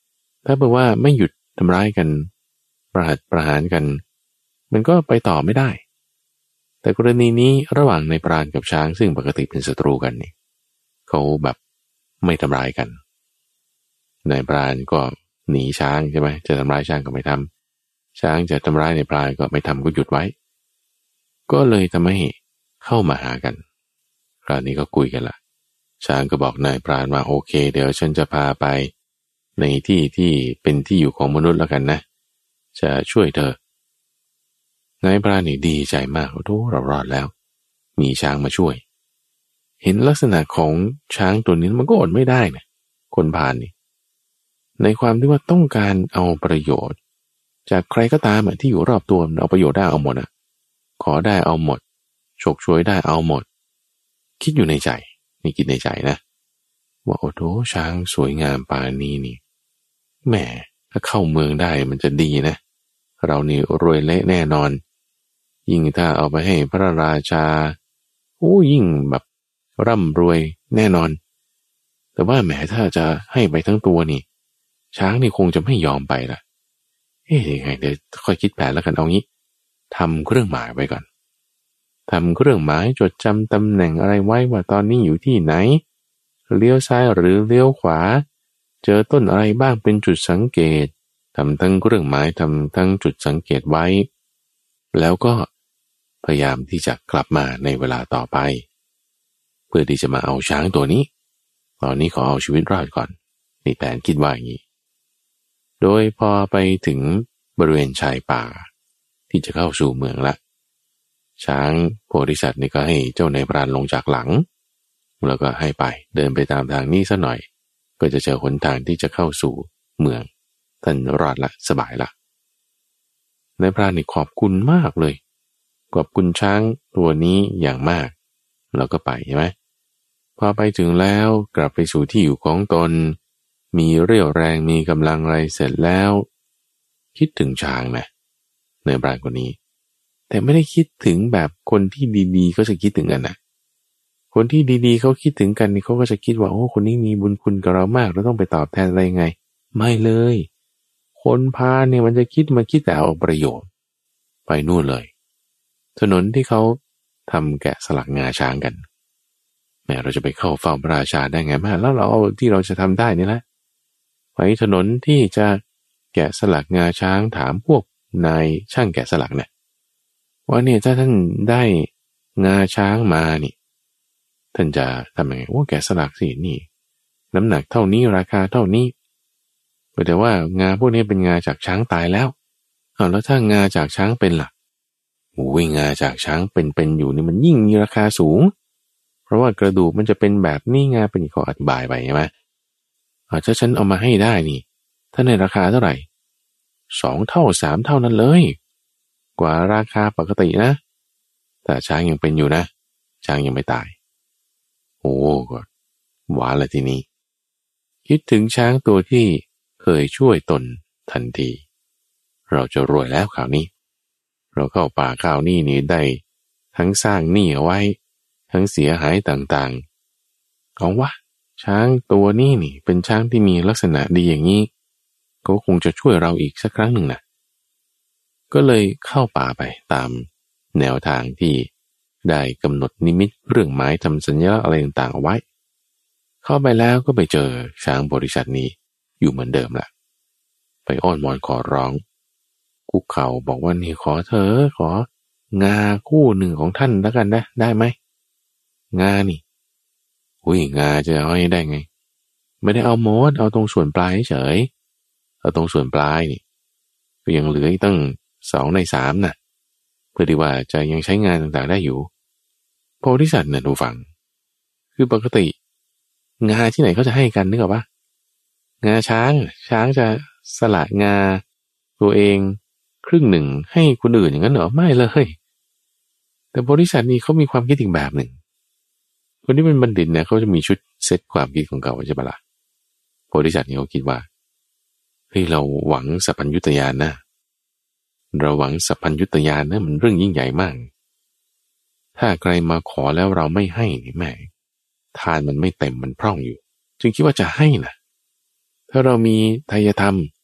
ถ้าบอกว่าไม่หยุดทำร้ายกันประหัตประหารกันมันก็ไปต่อไม่ได้แต่กรณีนี้ระหว่างนายพรานกับช้างซึ่งปกติเป็นศัตรูกันนี่เขาแบบไม่ทำร้ายกันนายพรานก็หนีช้างใช่ไหมจะทำร้ายช้างก็ไม่ทำช้างจะทำร้ายนายพรานก็ไม่ทำก็หยุดไว้ก็เลยทำให้เข้ามาหากันคราวนี้ก็คุยกันละช้างก็บอกนายพรานว่าโอเคเดี๋ยวฉันจะพาไปในที่ที่เป็นที่อยู่ของมนุษย์แล้วกันนะจะช่วยเธอนายพรานนี่ดีใจมากโอ้โหเรารอดแล้วมีช้างมาช่วยเห็นลักษณะของช้างตัวนี้มันก็อดไม่ได้นะคนพาลนี่ในความที่ว่าต้องการเอาประโยชน์จากใครก็ตามที่อยู่รอบตัวเอาประโยชน์ได้เอาหมดอ่ะขอได้เอาหมดฉกฉวยได้เอาหมดคิดอยู่ในใจนี่คิดในใจนะว่าโอ้โหช้างสวยงามป่านนี้นี่แหมถ้าเข้าเมืองได้มันจะดีนะเรานี่รวยเละแน่นอนยิ่งถ้าเอาไปให้พระราชาโอ้ยิ่งแบบร่ำรวยแน่นอนแต่ว่าแหมถ้าจะให้ไปทั้งตัวนี่ช้างนี่คงจะไม่ยอมไปละเอ๊ะยังไงเดี๋ยวค่อยคิดแผนแล้วกันเอางี้ทำเครื่องหมายไว้ก่อนทำเครื่องหมายจดจำตำแหน่งอะไรไว้ว่าตอนนี้อยู่ที่ไหนเลี้ยวซ้ายหรือเลี้ยวขวาเจอต้นอะไรบ้างเป็นจุดสังเกตทำทั้งเครื่องหมายทำทั้งจุดสังเกตไว้แล้วก็พยายามที่จะกลับมาในเวลาต่อไปเพื่อที่จะมาเอาช้างตัวนี้ตอนนี้ขอเอาชีวิตรอดก่อนนี่แผนคิดว่าอย่างนี้โดยพอไปถึงบริเวณชายป่าที่จะเข้าสู่เมืองละช้างโพธิสัตว์นี่ก็ให้เจ้านายพรานลงจากหลังแล้วก็ให้ไปเดินไปตามทางนี้ซะหน่อยก็จะเจอหนทางที่จะเข้าสู่เมืองท่านรอดละสบายละนายพรานนี่ขอบคุณมากเลยขอบคุณช้างตัวนี้อย่างมากแล้วก็ไปใช่ไหมพอไปถึงแล้วกลับไปสู่ที่อยู่ของตนมีเรี่ยวแรงมีกำลังอะไรเสร็จแล้วคิดถึงช้างนะนายพรานคนนี้แต่ไม่ได้คิดถึงแบบคนที่ดีๆก็จะคิดถึงกันนะคนที่ดีๆเขาคิดถึงกันนี่เขาก็จะคิดว่าโอ้คนนี้มีบุญคุณกับเรามากเราต้องไปตอบแทนอะไรไงไม่เลยคนพาเนี่ยมันจะคิดมาคิดแต่เอาประโยชน์ไปนู่นเลยถนนที่เขาทำแกะสลักงาช้างกันแม้เราจะไปเข้าเฝ้าพระราชาได้ไงมาแล้วเราเอาที่เราจะทำได้นี่แหละไปถนนที่จะแกะสลักงาช้างถามพวกนายช่างแกะสลักเนี่ยว่าเนี่ยถ้าท่านได้งาช้างมานี่ท่านจะทำยังไงโอ้แกะสลักสินี่น้ำหนักเท่านี้ราคาเท่านี้แต่ว่างาพวกนี้เป็นงาจากช้างตายแล้วเอาแล้วถ้างาจากช้างเป็นล่ะโอ้ยงาจากช้างเป็นๆอยู่นี่มันยิ่งมีราคาสูงเพราะว่ากระดูกมันจะเป็นแบบนี้งาเป็นขออธิบายไปใช่ไหมถ้าฉันเอามาให้ได้นี่ถ้าในราคาเท่าไหร่สองเท่าสามเท่านั้นเลยกว่าราคาปกตินะแต่ช้างยังเป็นอยู่นะช้างยังไม่ตายโอ้ก็หวานละทีนี้คิดถึงช้างตัวที่เคยช่วยตนทันทีเราจะรวยแล้วคราวนี้เราเข้าป่าคราวนี้นี่ได้ทั้งสร้างหนี้เอาไว้ทั้งเสียหายต่างๆเอาวะช้างตัวนี้นี่เป็นช้างที่มีลักษณะดีอย่างนี้ก็คงจะช่วยเราอีกสักครั้งหนึ่งนะก็เลยเข้าป่าไปตามแนวทางที่ได้กำหนดนิมิตเรื่องหมายทำสัญลักษณ์อะไรต่างๆเอาไว้เข้าไปแล้วก็ไปเจอช้างบริษัทนี้อยู่เหมือนเดิมแหละไปอ้อนวอนขอร้องคุกเข่าบอกว่านี่ขอเธอของาคู่หนึ่งของท่านแล้วกันนะได้ไหมงานี่อุ้ยงาจะเอาให้ได้ไงไม่ได้เอาโมดเอาตรงส่วนปลายเฉยเอาตรงส่วนปลายนี่ก็ยังเหลืออีกตั้งสองในสามน่ะเพื่อที่ว่าจะยังใช้งานต่างๆได้อยู่โพธิสัตว์น่ะดูฟังคือปกติงาที่ไหนเขาจะให้กันนึกออกปะงาช้างช้างจะสละงาตัวเองครึ่งหนึ่งให้คนอื่นอย่างนั้นเหรอไม่เลยแต่โพธิสัตว์นี่เขามีความคิดอีกแบบหนึ่งคนที่เป็นบัณฑิตเนี่ยเขาจะมีชุดเซตความคิดของเขาใช่ปะล่ะโพธิสัตว์นี่เขาคิดว่าเฮ้ยเราหวังสัพพัญญุตญาณนะเราหวังสัพพัญญุตญาณนะมันเรื่องยิ่งใหญ่มากถ้าใครมาขอแล้วเราไม่ให้นี่แม่ทานมันไม่เต็มมันพร่องอยู่จึงคิดว่าจะให้นะถ้าเรามีไทยธรรม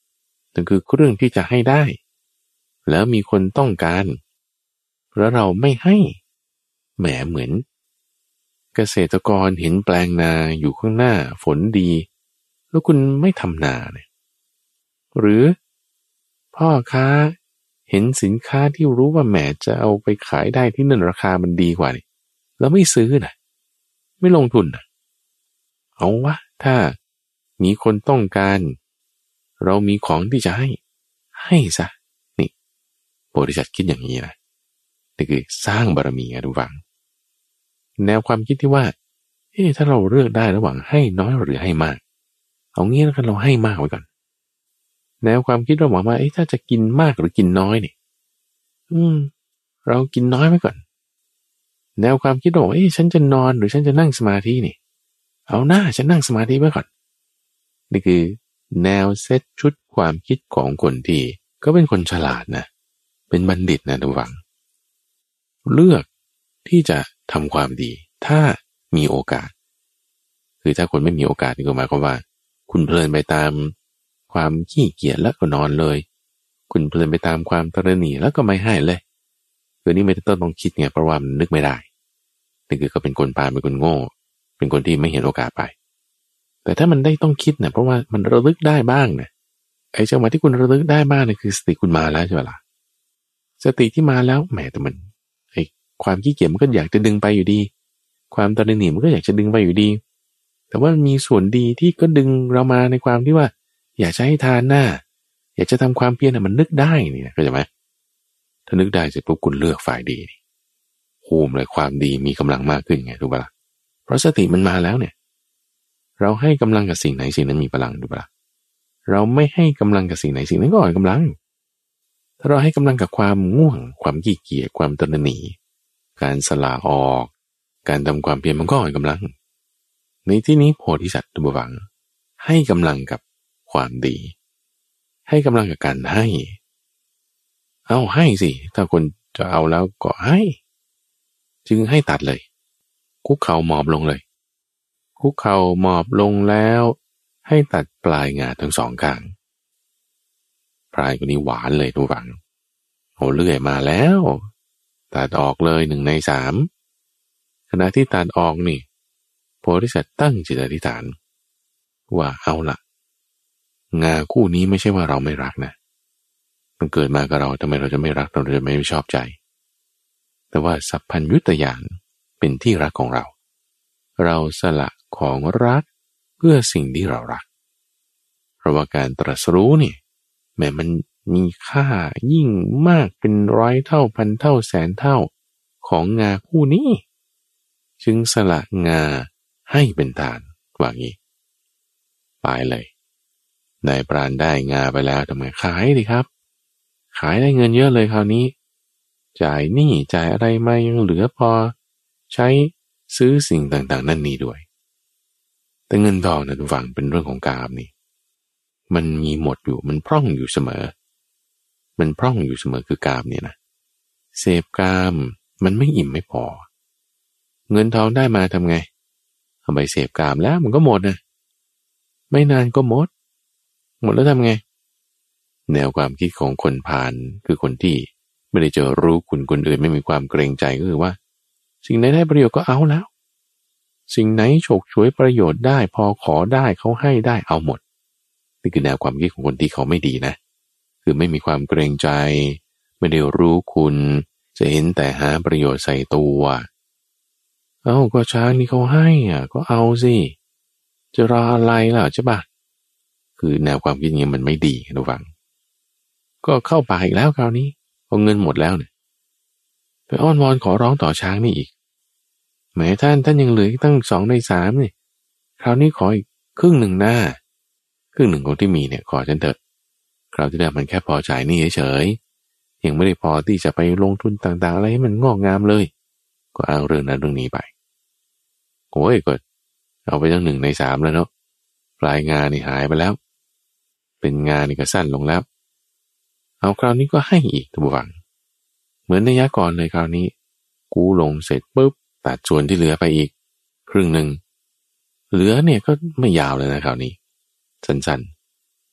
นั่นคือเรื่องที่จะให้ได้แล้วมีคนต้องการแล้วเราไม่ให้แหมเหมือนเกษตรกรเห็นแปลงนาอยู่ข้างหน้าฝนดีแล้วคุณไม่ทำนาเนี่ยหรือพ่อค้าเห็นสินค้าที่รู้ว่าแหมจะเอาไปขายได้ที่นั่นราคามันดีกว่านี่แล้วไม่ซื้อนะไม่ลงทุนนะเอาวะถ้ามีคนต้องการเรามีของที่จะให้ให้ซะนี่โพธิสัตว์คิดอย่างนี้นะนี่คือสร้างบารมีไงทุกฝังแนวความคิดที่ว่าเอ๊ะถ้าเราเลือกได้ระหว่างให้น้อยหรือให้มากเอางี้แล้วกันเราให้มากไว้ก่อนแนวความคิดระหว่างว่าเอ๊ะถ้าจะกินมากหรือกินน้อยเนี่ยอืมเรากินน้อยไว้ก่อนแนวความคิดระหว่างเอ๊ะฉันจะนอนหรือฉันจะนั่งสมาธินี่เอาหน้าฉันนั่งสมาธิไว้ก่อนนี่คือแนวเซตชุดความคิดของคนที่ก็เป็นคนฉลาดนะเป็นบัณฑิตนะทุกฝังเลือกที่จะทำความดีถ้ามีโอกาสคือถ้าคนไม่มีโอกาสนี่ก็หมายความว่าคุณเพลินไปตามความขี้เกียจแล้วก็นอนเลยคุณเพลินไปตามความตระหนี่แล้วก็ไม่ให้เลยคือนี่ไม่ต้องต้องคิดไงเพราะว่ามันนึกไม่ได้นี่คือก็เป็นคนพาลเป็นคนโง่เป็นคนที่ไม่เห็นโอกาสไปแต่ถ้ามันได้ต้องคิดนะเพราะว่ามันระลึกได้บ้างนะไอ้จังหวะที่คุณระลึกได้บ้างนี่คือสติคุณมาแล้วใช่ไหมล่ะสติที่มาแล้วแหมแต่มันไอ้ความขี้เกียจมันก็อยากจะดึงไปอยู่ดีความตระหนี่มันก็อยากจะดึงไปอยู่ดีแต่ว่ามันมีส่วนดีที่ก็ดึงเรามาในความที่ว่าอยากจะให้ทานหน้าอยากจะทำความเพียรน่ะมันนึกได้นี่เข้าใจไหมถ้านึกได้เสร็จปุ๊บคุณเลือกฝ่ายดีภูมิเลยความดีมีกำลังมากขึ้นไงถูกปะล่ะเพราะสติมันมาแล้วเนี่ยเราให้กำลังกับสิ่งไหนสิ่งนั้นมีพลังถูกปะล่ะเราไม่ให้กำลังกับสิ่งไหนสิ่งนั้นก็อ่อนกำลังถ้าเราให้กำลังกับความง่วงความขี้เกียจความตระหนี่การสละออกการทำความเพียรมันก็อ่อนกำลังในที่นี้โพธิสัตว์ทุบวังให้กำลังกับความดีให้กำลังกับการให้เอาให้สิถ้าคนจะเอาแล้วก็ให้จึงให้ตัดเลยคุกเข่าหมอบลงเลยคุกเข่าหมอบลงแล้วให้ตัดปลายงาทั้งสองข้างปลายคนนี้หวานเลยทุกฝังโอ้เลื่อยมาแล้วตัดออกเลยหนึ่งในสามขณะที่ตัดออกนี่โพธิสัตว์ตั้งจิตอธิษฐานว่าเอาล่ะงาคู่นี้ไม่ใช่ว่าเราไม่รักนะมันเกิดมากับเราทำไมเราจะไม่รักเราจะไม่ชอบใจแต่ว่าสัพพัญญุตญาณเป็นที่รักของเราเราสละของรักเพื่อสิ่งที่เรารักเพราะว่าการตรัสรู้นี่แม้มันมีค่ายิ่งมากเป็นร้อยเท่าพันเท่าแสนเท่าของงาคู่นี้จึงสละงาให้เป็นทานว่างี้ไปเลยนายปราณได้งาไปแล้วทำไมขายดิครับขายได้เงินเยอะเลยคราวนี้จ่ายหนี้จ่ายอะไรมายังเหลือพอใช้ซื้อสิ่งต่างๆนั่นนี่ด้วยแต่เงินทองนะทุกฝั่งเป็นเรื่องของกามนี่มันมีหมดอยู่มันพร่องอยู่เสมอมันพร่องอยู่เสมอคือกามเนี่ยนะเสพกามมันไม่อิ่มไม่พอเงินทองได้มาทำไงเอาไปเสพกามแล้วมันก็หมดนะไม่นานก็หมดหมดแล้วทำไงแนวความคิดของคนพาลคือคนที่ไม่ได้เจอรู้คุณคนอื่นไม่มีความเกรงใจก็คือว่าสิ่งไหนได้ประโยชน์ก็เอาแล้วสิ่งไหนโฉกฉวยประโยชน์ได้พอขอได้เขาให้ได้เอาหมดนี่คือแนวความคิดของคนที่เขาไม่ดีนะคือไม่มีความเกรงใจไม่ได้รู้คุณจะเห็นแต่หาประโยชน์ใส่ตัวเอ้าก็ช้างนี่เขาให้อ่ะก็เอาสิจะรออะไรล่ะใช่ปะคือแนวความคิดอย่างนี้มันไม่ดีทุกฝังก็เข้าป่าอีกแล้วคราวนี้พอเงินหมดแล้วเนี่ยไปอ้อนวอนขอร้องต่อช้างนี่อีกแหมท่านท่านยังเหลือตั้งสองในสามเนี่ยคราวนี้ขออีกครึ่งหนึ่งหน้าครึ่งหนึ่งของที่มีเนี่ยขอฉันเถอะคราวที่แล้วมันแค่พอจ่ายหนี้เฉยๆยังไม่ได้พอที่จะไปลงทุนต่างๆอะไรให้มันงอกงามเลยก็อ้างเรื่องนั้นเรื่องนี้ไปโอ้ยก็เอาไปตั้งหนึ่งในสามแล้วเนาะปลายงานนี่หายไปแล้วเป็นงานนี่ก็สั้นลงแล้วเอาคราวนี้ก็ให้อีกทุกฝังเหมือนในยะก่อนเลยคราวนี้กู้ลงเสร็จปุ๊บตัดส่วนที่เหลือไปอีกครึ่งหนึ่งเหลือเนี่ยก็ไม่ยาวเลยนะคราวนี้สั้น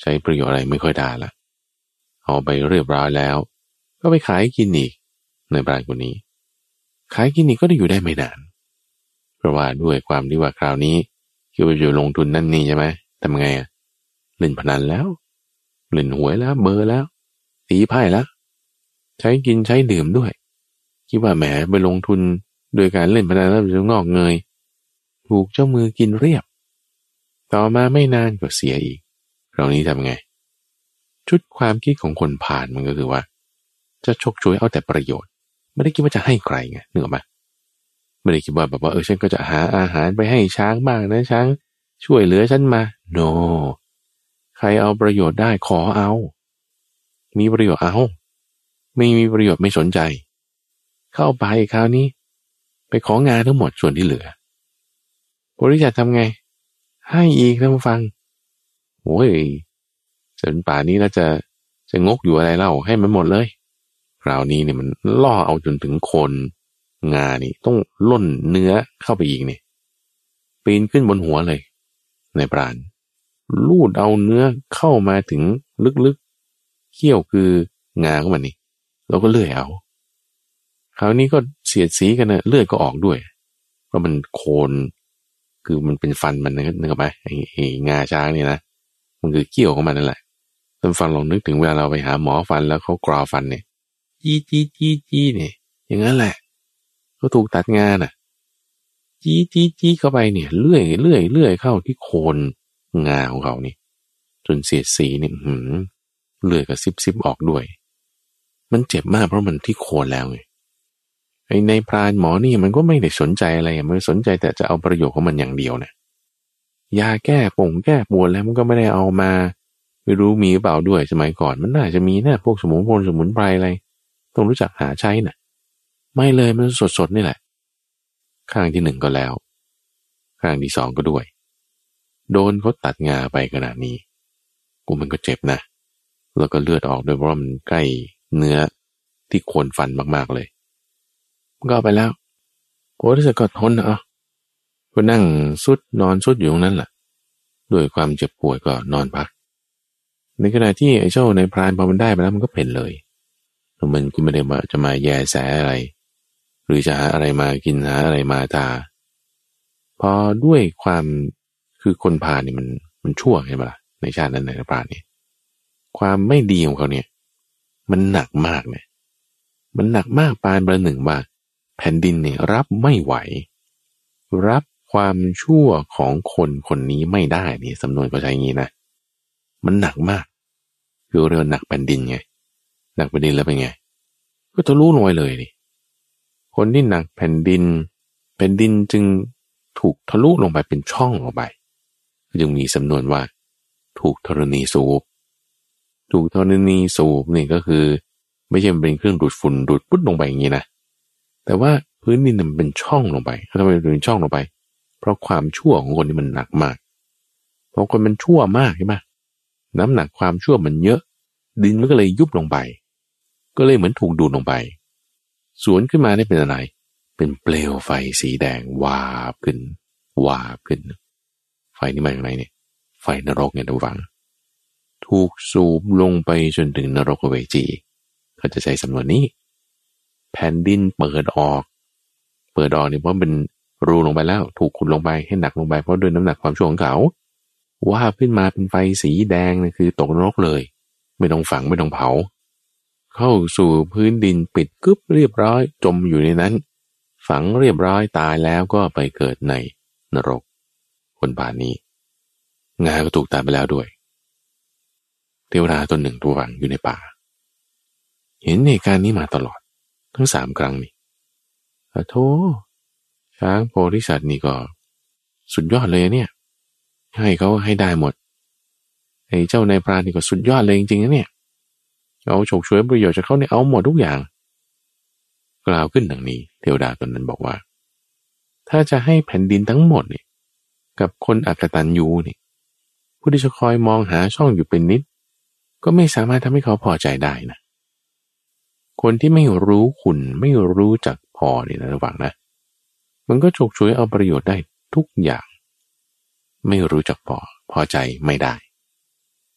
ใช้ประโยชน์อะไรไม่ค่อยได้ละเอาไปเรียบร้อยแล้วก็ไปขายกินอีกในปราชญ์คนนี้ขายกินอีกก็ได้อยู่ได้ไม่นานเพราะว่าด้วยความที่ว่าคราวนี้คิดว่าจะลงทุนนั่นนี่ใช่ไหมทำไงอ่ะเล่นพนันแล้วเล่นหวยแล้วเบอร์แล้วตีไพ่แล้วใช้กินใช้ดื่มด้วยคิดว่าแหมไปลงทุนโดยการเล่นพนันแล้วจะงอกเงยถูกเจ้ามือกินเรียบต่อมาไม่นานก็เสียอีกคราวนี้ทำไงชุดความคิดของคนผ่านมันก็คือว่าจะฉกฉวยเอาแต่ประโยชน์ไม่ได้คิดว่าจะให้ใครไงนึกออกไหมไม่ได้คิดว่าแบบว่าเออฉันก็จะหาอาหารไปให้ช้างบ้างนะช้างช่วยเหลือฉันมาโน no. ใครเอาประโยชน์ได้ขอเอามีประโยชน์เอาไม่มีประโยชน์ไม่สนใจเข้าไปคราวนี้ไปของานทั้งหมดส่วนที่เหลือบริษัททำไงให้อีกท่านผู้ฟังโอ้ยจนป่านี้แล้วจะจะงกอยู่อะไรเล่าให้มันหมดเลยคราวนี้เนี่ยมันล่อเอาจนถึงโคนงานี่ต้องล่นเนื้อเข้าไปอีกนี่ปีนขึ้นบนหัวเลยในปราณลูดเอาเนื้อเข้ามาถึงลึกๆเขี้ยวคืองาของมันนี่แล้วก็เลื่อยเอาคราวนี้ก็เสียดสีกันนะเลือดก็ออกด้วยเพราะมันโคนคือมันเป็นฟันมันนะนึกออกไหมไอ้ไอ้งาช้างนี่นะมันคือเขี้ยวของมันนั่นแหละท่านฟังลองนึกถึงเวลาเราไปหาหมอฟันแล้วเขากรอฟันเนี่ยจี้จี้จี้จี้เนี่ยอย่างนั้นแหละเขาถูกตัดงาน่ะจี้จี้จี้เข้าไปเนี่ยเลื่อยเลื่อยเลื่อยเข้าที่โคนงาของเขานี่จนเสียดสีเนี่ยหืมเลื่อยก็ซิบซิบออกด้วยมันเจ็บมากเพราะมันที่โคนแล้วไงไอ้ในพรานหมอนี่มันก็ไม่ได้สนใจอะไรมันสนใจแต่จะเอาประโยชน์ของมันอย่างเดียวนะยาแก้ป่งแก้ปวดแล้วมันก็ไม่ได้เอามาไม่รู้มีเปล่าด้วยสมัยก่อนมันน่าจะมีนะพวกสมุนไพรสมุนไพรอะไรต้องรู้จักหาใช้น่ะไม่เลยมันสดๆนี่แหละข้างที่หนึ่งก็แล้วข้างที่สองก็ด้วยโดนเขาตัดงาไปขนาดนี้กูมันก็เจ็บนะแล้วก็เลือดออกด้วยเพราะมันใกล้เนื้อที่โคนฟันมากๆเลยก็ไปแล้วโอ้ที่จะก็ทนนะก็นั่งสุดนอนสุดอยู่ตรงนั้นแหละด้วยความเจ็บปวดก็นอนพักในขณะที่ไอ้เจ้าในพรานพอมันได้ไปแล้วมันก็เพ่นเลยแล้วมันก็ไม่ได้มาจะมาแย่แสอะไรหรือจะหาอะไรมากินหาอะไรมาทาพอด้วยความคือคนพาลนี่มันมันชั่วใช่ไหมล่ะในชาตินั้นในพรานนี่ความไม่ดีของเขาเนี่ยมันหนักมากเนี่ยมันหนักมากปานประหนึ่งว่าแผ่นดินเนี่ยรับไม่ไหวรับความชั่วของคนคนนี้ไม่ได้นี่สำนวนก็ใช้อย่างนี้นะมันหนักมากคือเรียกหนักแผ่นดินไงหนักแผ่นดินแล้วเป็นไงก็ทะลุลงไปเลยดิคนที่หนักแผ่นดินแผ่นดินจึงถูกทะลุลงไปเป็นช่องลงไปจึงมีสำนวนว่าถูกธรณีสูบถูกธรณีสูบนี่ก็คือไม่ใช่เป็นเครื่องดูดฝุ่นดูดปุ๊บลงไปอย่างนี้นะแต่ว่าพื้นดินมันเป็นช่องลงไปทำไมเป็นช่องลงไปเพราะความชั่วของคนที่มันหนักมากเพราะคนมันชั่วมากใช่ไหมน้ำหนักความชั่วมันเยอะดินมันก็เลยยุบลงไปก็เลยเหมือนถูกดูดลงไปสวนขึ้นมาได้เป็นอะไรเป็นเปลวไฟสีแดงวาบขึ้นวาบขึ้นไฟนี่มาจากไหนเนี่ยไฟนรกเนี่ยทุกฝังถูกสูบลงไปจนถึงนรกเวจีเขาจะใช้สำนวนนี้แผ่นดินเปิดออกเปิดออกเนี่ยเพราะเป็นรูลงไปแล้วถูกขุดลงไปให้หนักลงไปเพราะด้วยน้ำหนักความชั่วของเขาวาบขึ้นมาเป็นไฟสีแดงนะคือตกนรกเลยไม่ต้องฝังไม่ต้องเผาเข้าสู่พื้นดินปิดกึ๊บเรียบร้อยจมอยู่ในนั้นฝังเรียบร้อยตายแล้วก็ไปเกิดในนรกคนป่านี้งาก็ถูกตายไปแล้วด้วยเทวดาตนหนึ่งตัวฝังอยู่ในป่าเห็นเหตุการณ์นี้มาตลอดทั้งสามครั้งนี่โธ่ช้างโพธิสัตว์นี่ก็สุดยอดเลยเนี่ยให้เขาให้ได้หมดไอ้เจ้านายพรานนี่ก็สุดยอดเลยจริงๆนะเนี่ยเอาฉกฉวยประโยชน์จากเขาเนี่ยเอาหมดทุกอย่างกล่าวขึ้นดังนี้เทวดาตนนั้นบอกว่าถ้าจะให้แผ่นดินทั้งหมดเนี่ยกับคนอกตัญญูนี่ผู้ที่จะคอยมองหาช่องอยู่เป็นนิดก็ไม่สามารถทำให้เขาพอใจได้นะคนที่ไม่รู้คุณไม่รู้จักพอเนี่ยนะระวังนะมันก็ฉกฉวยเอาประโยชน์ได้ทุกอย่างไม่รู้จักพอพอใจไม่ได้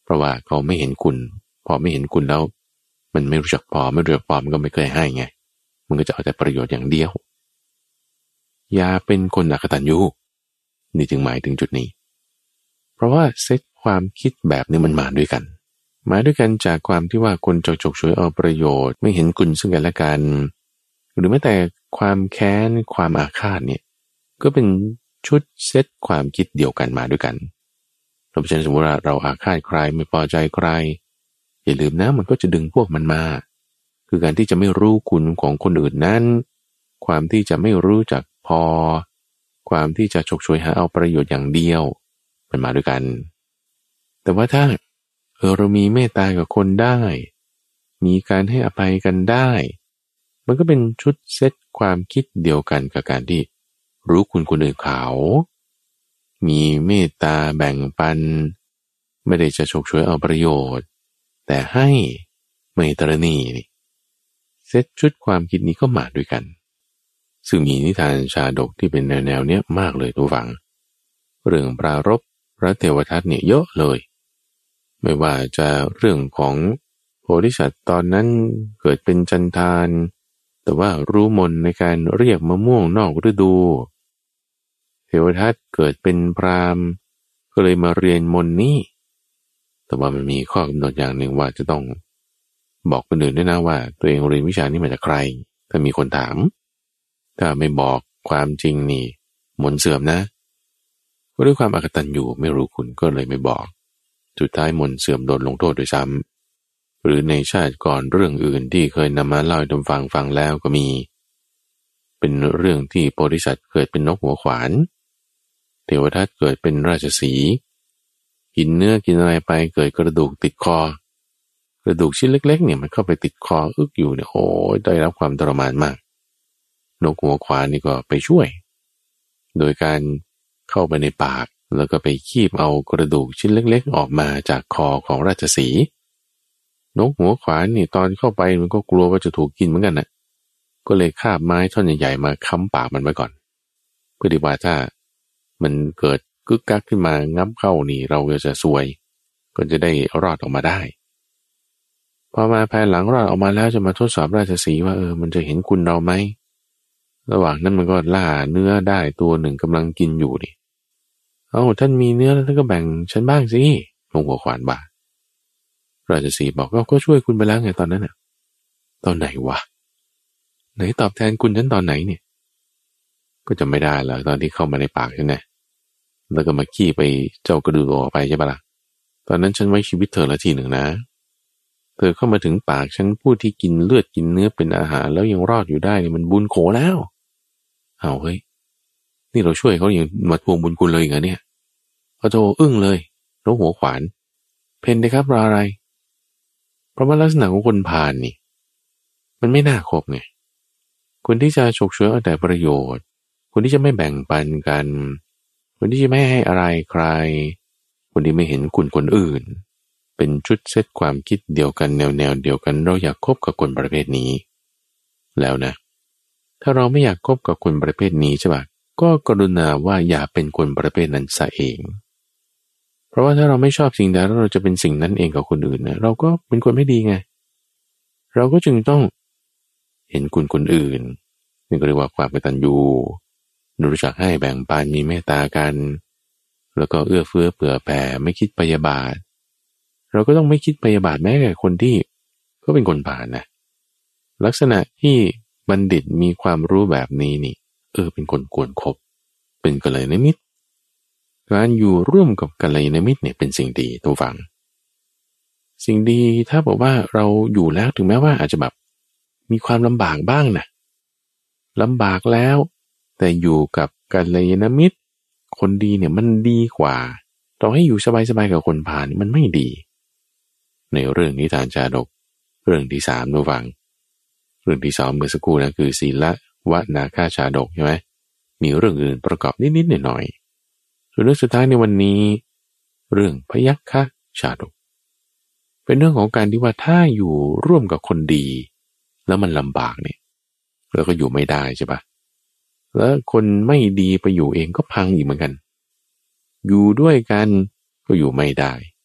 เพราะว่าเขาไม่เห็นคุณพอไม่เห็นคุณแล้วมันไม่รู้จักพอไม่รู้จักพอมันก็ไม่เคยให้ไงมันก็จะเอาแต่ประโยชน์อย่างเดียวอย่าเป็นคนอกตัญญูนี่จึงหมายถึงจุดนี้เพราะว่าเซตความคิดแบบนี้มันมาด้วยกันมาด้วยกันจากความที่ว่าคนจกฉกฉวยเอาประโยชน์ไม่เห็นคุณซึ่งกันและกันหรือแม้แต่ความแค้นความอาฆาตเนี่ยก็เป็นชุดเซตความคิดเดียวกันมาด้วยกันเราเป็นสมมติว่าเราอาฆาตใครไม่พอใจใครอย่าลืมนะมันก็จะดึงพวกมันมาคือการที่จะไม่รู้คุณของคนอื่นนั้นความที่จะไม่รู้จักพอความที่จะฉกฉวยหาเอาประโยชน์อย่างเดียวมันมาด้วยกันแต่ว่าถ้าเออเรามีเมตตากับคนได้มีการให้อภัยกันได้มันก็เป็นชุดเซตความคิดเดียวกันกับการที่รู้คุณคนอื่นเขามีเมตตาแบ่งปันไม่ได้จะฉกฉวยเอาประโยชน์แต่ให้ไมตรณีนี่เซตชุดความคิดนี้ก็มาด้วยกันซึ่งมีนิทานชาดกที่เป็นแนวแนวเนี้ยมากเลยทุกฝังเรื่องปรารภพระเทวทัตเนี่ยเยอะเลยไม่ว่าจะเรื่องของโพธิสัตว์ตอนนั้นเกิดเป็นจันทานแต่ว่ารู้มนในการเรียกมะม่วงนอกฤดูเทวทัตเกิดเป็นพราหมณ์ก็เลยมาเรียนมนนี้แต่ว่ามันมีข้อกำหนดอย่างหนึ่งว่าจะต้องบอกคนอื่นด้วยนะว่าตัวเองเรียนวิชานี้มาจากใครถ้ามีคนถามถ้าไม่บอกความจริงนี่มนเสื่อมนะก็ด้วยความอกตัญญูไม่รู้คุณก็เลยไม่บอกสุดท้ายมนเสื่อมโดนลงโทษโดยซ้ำหรือในชาติก่อนเรื่องอื่นที่เคยนำมาเล่าให้ท่านฟังฟังแล้วก็มีเป็นเรื่องที่โพธิสัตว์เกิดเป็นนกหัวขวานเทวทัตเกิดเป็นราชสีห์กินเนื้อกินอะไรไปเกิดกระดูกติดคอกระดูกชิ้นเล็กๆเนี่ยมันเข้าไปติดคออึกอยู่เนี่ยโอ้ยได้รับความทรมานมากนกหัวขวานนี่ก็ไปช่วยโดยการเข้าไปในปากแล้วก็ไปคีบเอากระดูกชิ้นเล็กๆออกมาจากคอของราชสีห์นกหัวขวานนี่ตอนเข้าไปมันก็กลัวว่าจะถูกกินเหมือนกันนะก็เลยคาบไม้ท่อนใหญ่ๆมาค้ำปากมันไว้ก่อนเพื่อที่ว่าถ้ามันเกิดกึกกักขึ้นมางับเข้านี่เราก็จะซวยก็จะได้รอดออกมาได้พอมาภายหลังรอดออกมาแล้วจะมาทดสอบราชสีห์ว่าเออมันจะเห็นคุณเราไหมระหว่างนั้นมันก็ล่าเนื้อได้ตัวหนึ่งกำลังกินอยู่นี่เอาท่านมีเนื้อแล้วท่านก็แบ่งฉันบ้างสินกหัวขวานบ่าราชสีห์บอกก็ช่วยคุณไปแล้วไงตอนนั้นน่ะตอนไหนวะไหนตอบแทนคุณฉันตอนไหนเนี่ยก็จะไม่ได้แล้วตอนที่เข้ามาในปากใช่ไหมแล้วก็มาขี้ไปเจ้ากระดูกออกไปใช่ปะล่ะตอนนั้นฉันไว้ชีวิตเธอละทีหนึ่งนะเธอเข้ามาถึงปากฉันผู้ที่กินเลือดกินเนื้อเป็นอาหารแล้วยังรอดอยู่ได้นี่มันบุญโขแล้วเอาเฮ้ยนี่เราช่วยเขาอย่างมาทวงบุญคุณเลยเหรอเนี่ยพระโจอึ้งเลยแล้วหัวขวานเพนได้ครับรออะไรเพราะว่าลักษณะของคนพาลนี่มันไม่น่าคบไงคนที่จะฉกฉวยเอาแต่ประโยชน์คนที่จะไม่แบ่งปันกันคนที่จะไม่ให้อะไรใครคนที่ไม่เห็นคุณคนอื่นเป็นชุดเซตความคิดเดียวกันแนวแนวเดียวกันเราอยากคบกับคนประเภทนี้แล้วนะถ้าเราไม่อยากคบกับคนประเภทนี้ใช่ปะก็กรุณาว่าอย่าเป็นคนประเภทนั้นซะเองเพราะว่าถ้าเราไม่ชอบสิ่งใดแล้วเราจะเป็นสิ่งนั้นเองกับคนอื่นนะเราก็เป็นคนไม่ดีไงเราก็จึงต้องเห็นคุณคนอื่นนี่ก็เรียกว่าความกตัญญูรู้จักให้แบ่งปันมีเมตตากันแล้วก็เอื้อเฟื้อเผื่อแผ่ไม่คิดพยาบาทเราก็ต้องไม่คิดพยาบาทแม้แต่คนที่ก็เป็นคนผ่านนะลักษณะที่บัณฑิตมีความรู้แบบนี้นี่เออเป็นคนควรคบเป็นกัลยาณมิตรการอยู่ร่วมกับกัลยาณมิตรเนี่ยเป็นสิ่งดีทุกฝั่งสิ่งดีถ้าบอกว่าเราอยู่แล้วถึงแม้ว่าอาจจะแบบมีความลำบากบ้างนะลำบากแล้วแต่อยู่กับกัลยาณมิตรคนดีเนี่ยมันดีกว่าต่อให้อยู่สบายๆกับคนผ่านมันไม่ดีในเรื่องนิทานชาดกเรื่องที่สามทุกฝั่งเรื่องที่สองเมื่อสักครู่นะคือศีลวนาคาชาดกใช่ไหมมีเรื่องอื่นประกอบนิดๆหน่อยๆส่วนเรื่องสุดท้ายในวันนี้เรื่องพยัคฆชาดกเป็นเรื่องของการที่ว่าถ้าอยู่ร่วมกับคนดีแล้วมันลำบากเนี่ยแล้วก็อยู่ไม่ได้ใช่ปะแล้วคนไม่ดีไปอยู่เองก็พังอีกเหมือนกันอยู่ด้วยกันก็อยู่ไม่ได้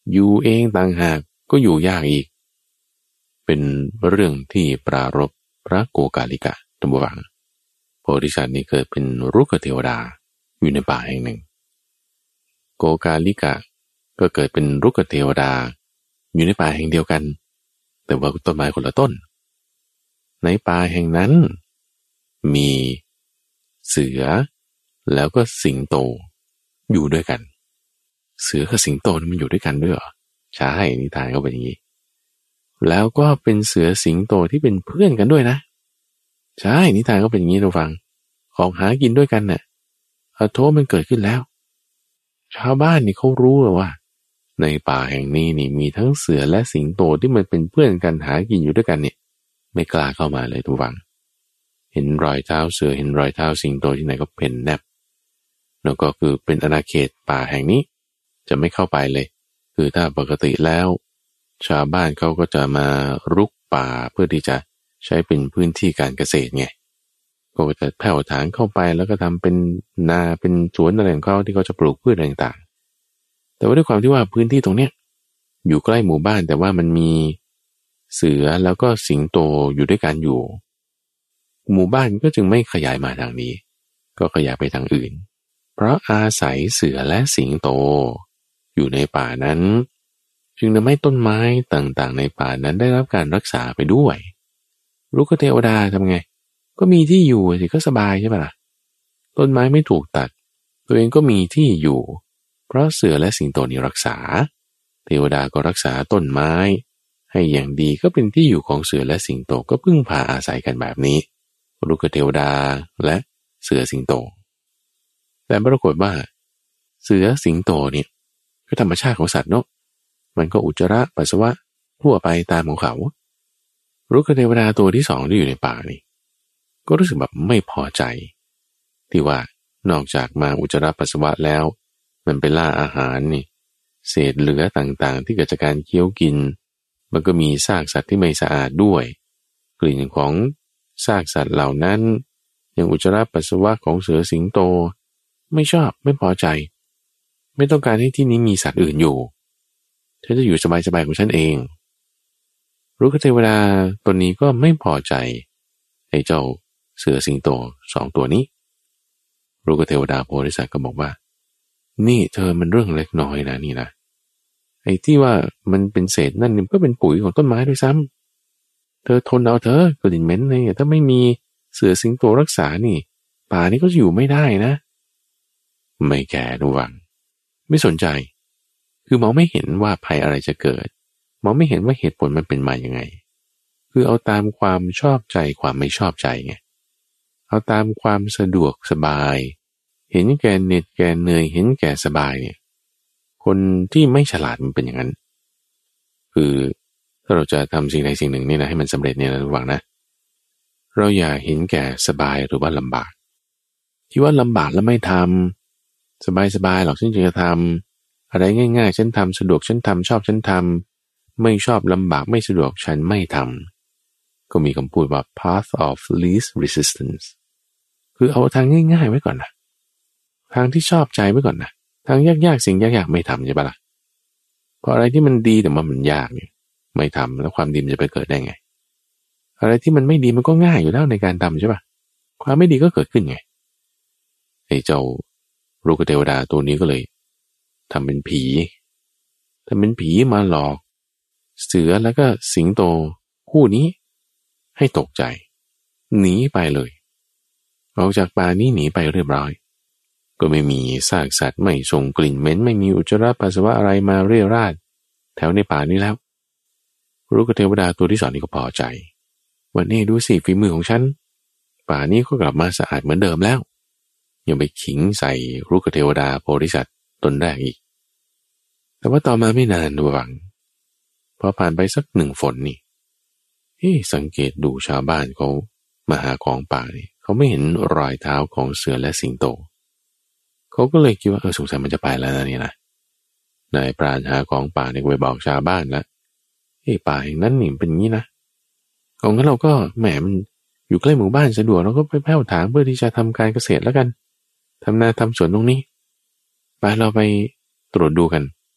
อยู่เองต่างหากก็อยู่ยากอีกเป็นเรื่องที่ปรารภพระโกกาลิกะตัมบวังโพธิสัตว์นี้เกิดเป็นรุกขเทวดาอยู่ในป่าแห่งหนึ่งโกกาลิกะก็เกิดเป็นรุกขเทวดาอยู่ในป่าแห่งเดียวกันแต่ว่าต้นไม้คนละต้นในป่าแห่งนั้นมีเสือแล้วก็สิงโตอยู่ด้วยกันเสือกับสิงโตมันอยู่ด้วยกันด้วยเหรอใช่นิทานก็เป็นอย่างนี้แล้วก็เป็นเสือสิงโตที่เป็นเพื่อนกันด้วยนะใช่นิทานก็เป็นอย่างนี้เราฟังออกหากินด้วยกันเนี่ยอโทษมันเกิดขึ้นแล้วชาวบ้านนี่เขารู้แล้วว่าในป่าแห่งนี้นี่มีทั้งเสือและสิงโตที่มันเป็นเพื่อนกันหากินอยู่ด้วยกันเนี่ยไม่กล้าเข้ามาเลยทุกฝังเห็นรอยเท้าเสือเห็นรอยเท้าสิงโตที่ไหนก็เพ่นแนบแล้วก็คือเป็นอาณาเขตป่าแห่งนี้จะไม่เข้าไปเลยคือถ้าปกติแล้วชาวบ้านเขาก็จะมารุกป่าเพื่อที่จะใช้เป็นพื้นที่การเกษตรไงก็จะแผ่วถางเข้าไปแล้วก็ทำเป็นนาเป็นสวนอะไรของเขาที่เขาจะปลูกพืชอะไรต่างๆแต่ว่าด้วยความที่ว่าพื้นที่ตรงเนี้ยอยู่ใกล้หมู่บ้านแต่ว่ามันมีเสือแล้วก็สิงโตอยู่ด้วยกันอยู่หมู่บ้านก็จึงไม่ขยายมาทางนี้ก็ขยายไปทางอื่นเพราะอาศัยเสือและสิงโตอยู่ในป่านั้นจึงทำให้ต้นไม้ต่างๆในป่านั้นได้รับการรักษาไปด้วยรุกขเทวดาทำไงก็มีที่อยู่สิก็สบายใช่ปะล่ะต้นไม้ไม่ถูกตัดตัวเองก็มีที่อยู่เพราะเสือและสิงโตนี้รักษาเทวดาก็รักษาต้นไม้ให้อย่างดีก็เป็นที่อยู่ของเสือและสิงโตก็พึ่งพาอาศัยกันแบบนี้รุกขเทวดาและเสือสิงโตแต่ปรากฏว่าเสือสิงโตเนี่ยก็ธรรมชาติของสัตว์เนาะมันก็อุจจาระปัสสาวะทั่วไปตามของเขารุกขเทวดาตัวที่สองที่อยู่ในป่านี่ก็รู้สึกแบบไม่พอใจที่ว่านอกจากมาอุจจาระปัสสาวะแล้วมันไปล่าอาหารนี่เศษเหลือต่างๆที่เกิดจากการเคี้ยวกินมันก็มีซากสัตว์ที่ไม่สะอาดด้วยกลิ่นของซากสัตว์เหล่านั้นอย่างอุจจาระปัสสาวะของเสือสิงโตไม่ชอบไม่พอใจไม่ต้องการให้ที่นี้มีสัตว์อื่นอยู่ฉันจะอยู่สบายๆของฉันเองรุกขเทวดาตนนี้ก็ไม่พอใจไอ้เจ้าเสือสิงโตสองตัวนี้รุกขเทวดาโพธิสัตว์ก็บอกว่านี่เธอมันเรื่องเล็กน้อยนะนี่นะไอ้ที่ว่ามันเป็นเศษนั่นนี่ก็เป็นปุ๋ยของต้นไม้ด้วยซ้ำเธอทนเอาเธอกลิ่นเหม็นเนี่ยถ้าไม่มีเสือสิงโตรักษานี่ป่านี้ก็อยู่ไม่ได้นะไม่แก่ระวังไม่สนใจคือมองไม่เห็นว่าภัยอะไรจะเกิดมองไม่เห็นว่าเหตุผลมันเป็นมาอย่างไงคือเอาตามความชอบใจความไม่ชอบใจไงเอาตามความสะดวกสบายเห็นแก่เหน็ดแก่เหนื่อยเห็นแก่สบายเนี่ยคนที่ไม่ฉลาดมันเป็นอย่างนั้นคือถ้าเราจะทำสิ่งใดสิ่งหนึ่งนี่นะให้มันสำเร็จเนี่ยนะระวังนะเราอย่าเห็นแก่สบายหรือว่าลำบากที่ว่าลำบากแล้วไม่ทำสบายๆหรอกฉันจะทำอะไรง่ายๆฉันทำสะดวกฉันทำชอบฉันทำไม่ชอบลำบากไม่สะดวกฉันไม่ทำก็มีคำพูดว่า path of least resistance คือเอาทางง่ายๆไว้ก่อนนะทางที่ชอบใจไว้ก่อนนะทางยากๆสิ่งยากๆไม่ทำใช่ปะล่ะเพราะอะไรที่มันดีแต่ว่ามันยากเนี่ยไม่ทำแล้วความดีมันจะไปเกิดได้ไงอะไรที่มันไม่ดีมันก็ง่ายอยู่แล้วในการทำใช่ปะความไม่ดีก็เกิดขึ้นไงไอ้เจ้ารุกขเทวดาตัวนี้ก็เลยทำเป็นผีทำเป็นผีมาหลอกเสือแล้วก็สิงโตคู่นี้ให้ตกใจหนีไปเลยออกจากป่านี้หนีไปเรียบร้อยก็ไม่มีซากสัตว์ไม่ส่งกลิ่นเหม็นไม่มีอุจจาระปัสสาวะอะไรมาเรี่ยราดแถวในป่านี้แล้วรุกขเทวดาตัวที่สองนี่ก็พอใจวันนี้ดูสิฝีมือของฉันป่านี้ก็กลับมาสะอาดเหมือนเดิมแล้วยังไปขิงใส่รุกขเทวดาโพธิสัตว์ตนแรกอีกแต่ว่าต่อมาไม่นานระวังพอผ่านไปสักหนึ่งฝนนี่เฮ้สังเกตดูชาวบ้านเขามาหาของป่านี่เขาไม่เห็นรอยเท้าของเสือและสิงโตเขาก็เลยคิดว่าเออสงสัยมันจะไปแล้วนะนี่นะนายปราชญ์หาของป่าเนี่ยไปบอกชาวบ้านแล้วเฮ้ป่าแห่งนั้นนี่เป็นงี้นะเอางั้นเราก็แหมมันอยู่ใกล้หมู่บ้านสะดวกเราก็ไปแผ่วถางเพื่อที่จะทำการเกษตรแล้วกันทำนาทำสวนตรงนี้ไปเราไปตรวจดูกัน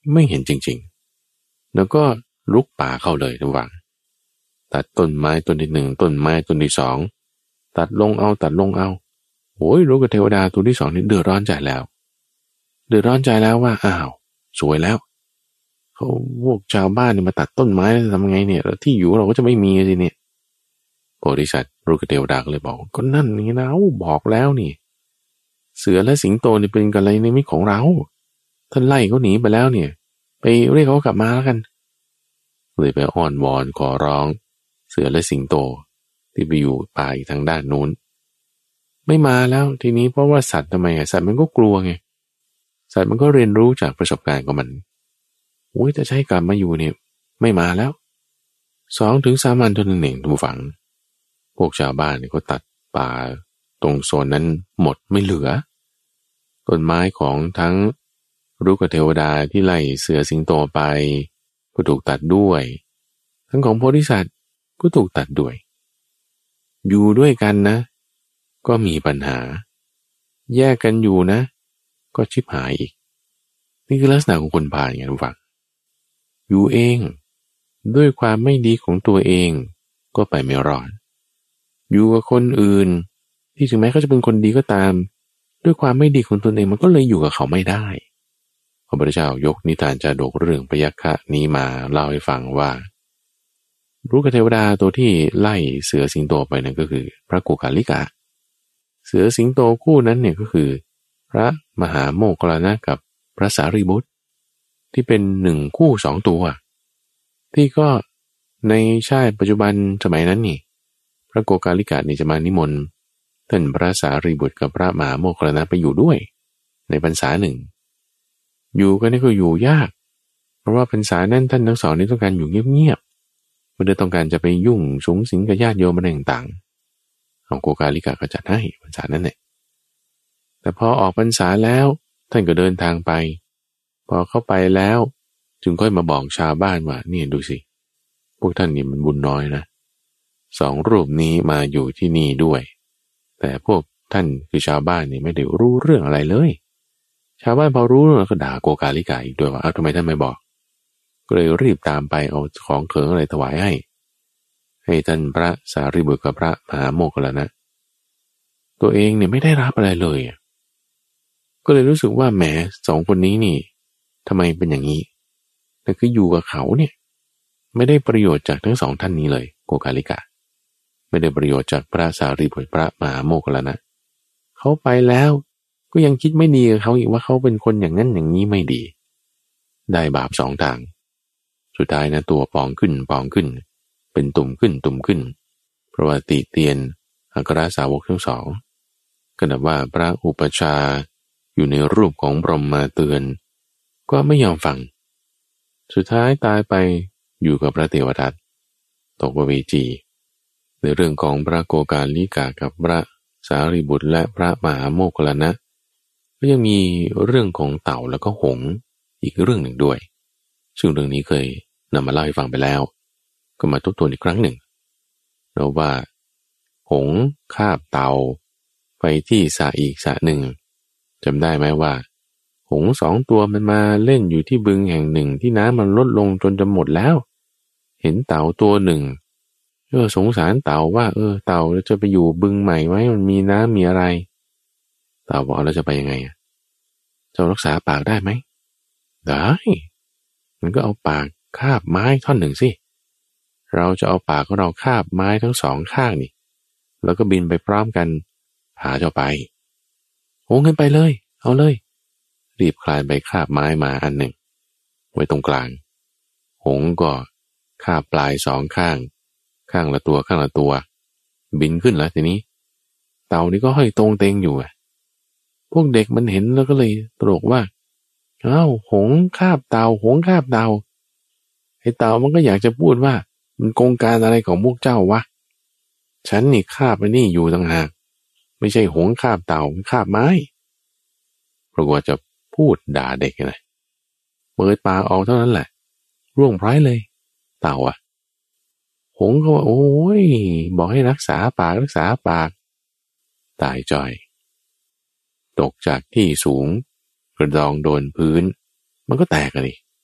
ไม่เห็นจริงๆแล้วก็ลุกป่าเข้าเลยระหว่างตัดต้นไม้ต้นที่หนึ่งต้นไม้ต้นที่สองตัดลงเอาตัดลงเอาโอ้ยรู้กับเทวดาตัวที่สองนี่เดือดร้อนใจแล้วเดือดร้อนใจแล้วว่าอ้าวสวยแล้วเขาพวกชาวบ้านเนี่ยมาตัดต้นไม้ทำไงเนี่ยแล้วที่อยู่เราก็จะไม่มีสิเนี่ยโพธิสัตว์รู้กับเทวดาก็เลยบอกก็นั่นนี่นะบอกแล้วนี่เสือและสิงโตนี่เป็นกัลยาณมิตรของเราท่านไล่เขาหนีไปแล้วเนี่ยไปเรียกเขากลับมาแล้วกันเลยไปอ้อนวอนขอร้องเสือและสิงโตที่ไปอยู่ป่าอีกทางด้านนู้นไม่มาแล้วทีนี้เพราะว่าสัตว์ทำไมอ่ะสัตว์มันก็กลัวไงสัตว์มันก็เรียนรู้จากประสบการณ์ของมันโอ้ยจะใช้กลับมาอยู่เนี่ยไม่มาแล้วสองถึงสามวันเท่านั้นเองทุกฝังพวกชาวบ้านเนี่ยเขาตัดป่าตรงโซนนั้นหมดไม่เหลือต้นไม้ของทั้งรุกขเทวดาที่ไล่เสือสิงโตไปก็ถูกตัดด้วยทั้งของโพธิสัตว์ก็ถูกตัดด้วยอยู่ด้วยกันนะก็มีปัญหาแยกกันอยู่นะก็ชิบหายอีกนี่คือลักษณะของคนพาลไงทุกฝังอยู่เองด้วยความไม่ดีของตัวเองก็ไปไม่รอดอยู่กับคนอื่นที่ถึงแม้เขาจะเป็นคนดีก็ตามด้วยความไม่ดีของตนเองมันก็เลยอยู่กับเขาไม่ได้พระพุทธเจ้ายกนิทานจาดกเรื่องพยัคฆะนี้มาเล่าให้ฟังว่ารุกขเทวดาตัวที่ไล่เสือสิงโตไปนั่นก็คือพระโกกาลิกะเสือสิงโตคู่นั้นเนี่ยก็คือพระมหาโมคคัลลานะกับพระสารีบุตรที่เป็นหนึ่งคู่สองตัวที่ก็ในชาติปัจจุบันสมัยนั้นนี่พระโกกาลิกะนี่จะมานิมนต์ท่านพระสารีบุตรกับพระมหาโมคคัลลานะไปอยู่ด้วยในพรรษาหนึ่งอยู่กันนี่ก็อยู่ยากเพราะว่าพรรษานั้นท่านทั้งสองนี้ต้องการอยู่เงียบๆไม่ได้ต้องการจะไปยุ่งสุงสิงกับญาติโยมอะไรต่างๆของโกกาลิกะก็จัดให้พรรษานั้นแหละแต่พอออกพรรษาแล้วท่านก็เดินทางไปพอเข้าไปแล้วจึงค่อยมาบอกชาวบ้านว่านี่ดูสิพวกท่านนี่มันบุญน้อยนะสองรูปนี้มาอยู่ที่นี่ด้วยแต่พวกท่านคือชาวบ้านนี่ไม่ได้รู้เรื่องอะไรเลยชาวบ้านพอรู้แล้วก็ด่าโกกาลิกะอีกด้วยว่าเอ้าทำไมท่านไม่บอกก็เลยรีบตามไปเอาของเขิงอะไรถวายให้ให้ท่านพระสารีบุตรกับพระมหาโมคคัลลานะตัวเองเนี่ยไม่ได้รับอะไรเลยก็เลยรู้สึกว่าแหมสองคนนี้นี่ทำไมเป็นอย่างนี้แต่คืออยู่กับเขาเนี่ยไม่ได้ประโยชน์จากทั้งสองท่านนี้เลยโกกาลิกะไม่ได้ประโยชน์จากพระสารีบุตรพระมหาโมคคัลลานะเขาไปแล้วก็ยังคิดไม่ดีกับเขาอีกว่าเขาเป็นคนอย่างนั้นอย่างนี้ไม่ดีได้บาปสองทางสุดท้ายนะตัวปองขึ้นปองขึ้นเป็นตุ่มขึ้นตุ่มขึ้นเพราะว่าติเตียนอัครสาวกทั้งสองก็นับว่าพระอุปัชฌาย์อยู่ในรูปของพรหมมาเตือนก็ไม่ยอมฟังสุดท้ายตายไปอยู่กับพระเทวทัตตกเวจีในเรื่องของพระโกกาลิกะกับพระสารีบุตรและพระมหาโมคคัลลานะก็ยังมีเรื่องของเต่าแล้วก็หงส์อีกเรื่องหนึ่งด้วยซึ่งเรื่องนี้เคยนำมาเล่าให้ฟังไปแล้วก็มาทบทวนอีกครั้งหนึ่งเราว่าหงส์คาบเต่าไปที่สระอีกสระหนึ่งจำได้ไหมว่าหงส์สองตัวมันมาเล่นอยู่ที่บึงแห่งหนึ่งที่น้ำมันลดลงจนจะหมดแล้วเห็นเต่าตัวหนึ่งเออสงสารเต่าว่าเออเต่าจะไปอยู่บึงใหม่ไหมมันมีน้ำมีอะไรเต่าบอกแล้วจะไปยังไงจะรักษาปากได้ไหมได้มันก็เอาปากคาบไม้ท่อนหนึ่งสิเราจะเอาปากของเราคาบไม้ทั้งสองข้างนี่แล้วก็บินไปพร้อมกันพาเจ้าไปโอ้เงินไปเลยเอาเลยรีบคลานไปคาบไม้มาอันหนึ่งไว้ตรงกลางหงส์ก็คาบปลายสองข้างข้างละตัวข้างละตัวบินขึ้นแล้วทีนี้เต่านี่ก็ห้อยตรงเต็งอยู่พวกเด็กมันเห็นแล้วก็เลยตลกว่าอ้าวหงส์คาบเต่าหงส์คาบเต่าไอ้เต่ามันก็อยากจะพูดว่ามันโกงการอะไรของพวกเจ้าวะฉันนี่คาบไปนี่อยู่ต่างหากไม่ใช่หงส์คาบเต่าคาบไม้เพราะว่าจะพูดด่าเด็กนะเปิดปากออกเท่านั้นแหละร่วงพร้อยเลยเต่าอะหงส์ก็ว่าโอ้ยบอกให้รักษาปากรักษาปากตายจ่อยตกจากที่สูงกระดองโดนพื้นมันก็แตกเลย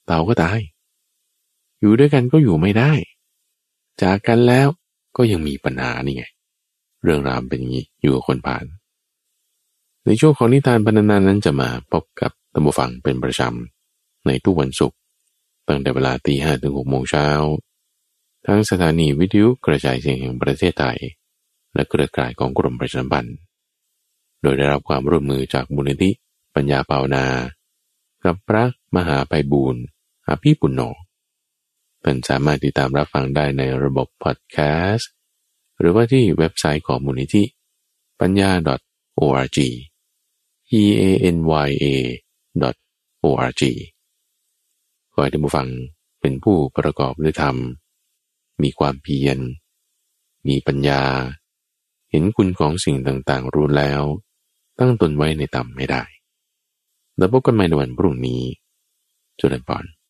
เต่าก็ตายอยู่ด้วยกันก็อยู่ไม่ได้จากกันแล้วก็ยังมีปัญหานี่ไงเรื่องราวเป็นอย่างนี้อยู่กับคนผ่านในช่วงของนิทานพรรณนานั้นจะมาพบกับท่านผู้ฟังเป็นประจำในทุกวันศุกร์ตั้งแต่เวลาตีห้ถึงหกโมงเช้าทั้งสถานีวิทยุกระจายเสียงแห่งประเทศไทยและเครือข่ายของกรมประชาสัมพันธ์โดยได้รับความร่วมมือจากมูลนิธิปัญญาภาวนากับพระมหาไพบูลย์อภิปุณโญท่านสามารถติดตามรับฟังได้ในระบบพอดแคสต์หรือว่าที่เว็บไซต์ของมูลนิธิปัญญา .org e a n y a .org ขอให้ท่านผู้ฟังเป็นผู้ประกอบด้วยธรรมมีความเพียรมีปัญญาเห็นคุณของสิ่งต่างๆรู้แล้วตั้งตนไว้ในธรรมไม่ได้แล้วพบกันใหม่ในวันพรุ่งนี้เจริญพร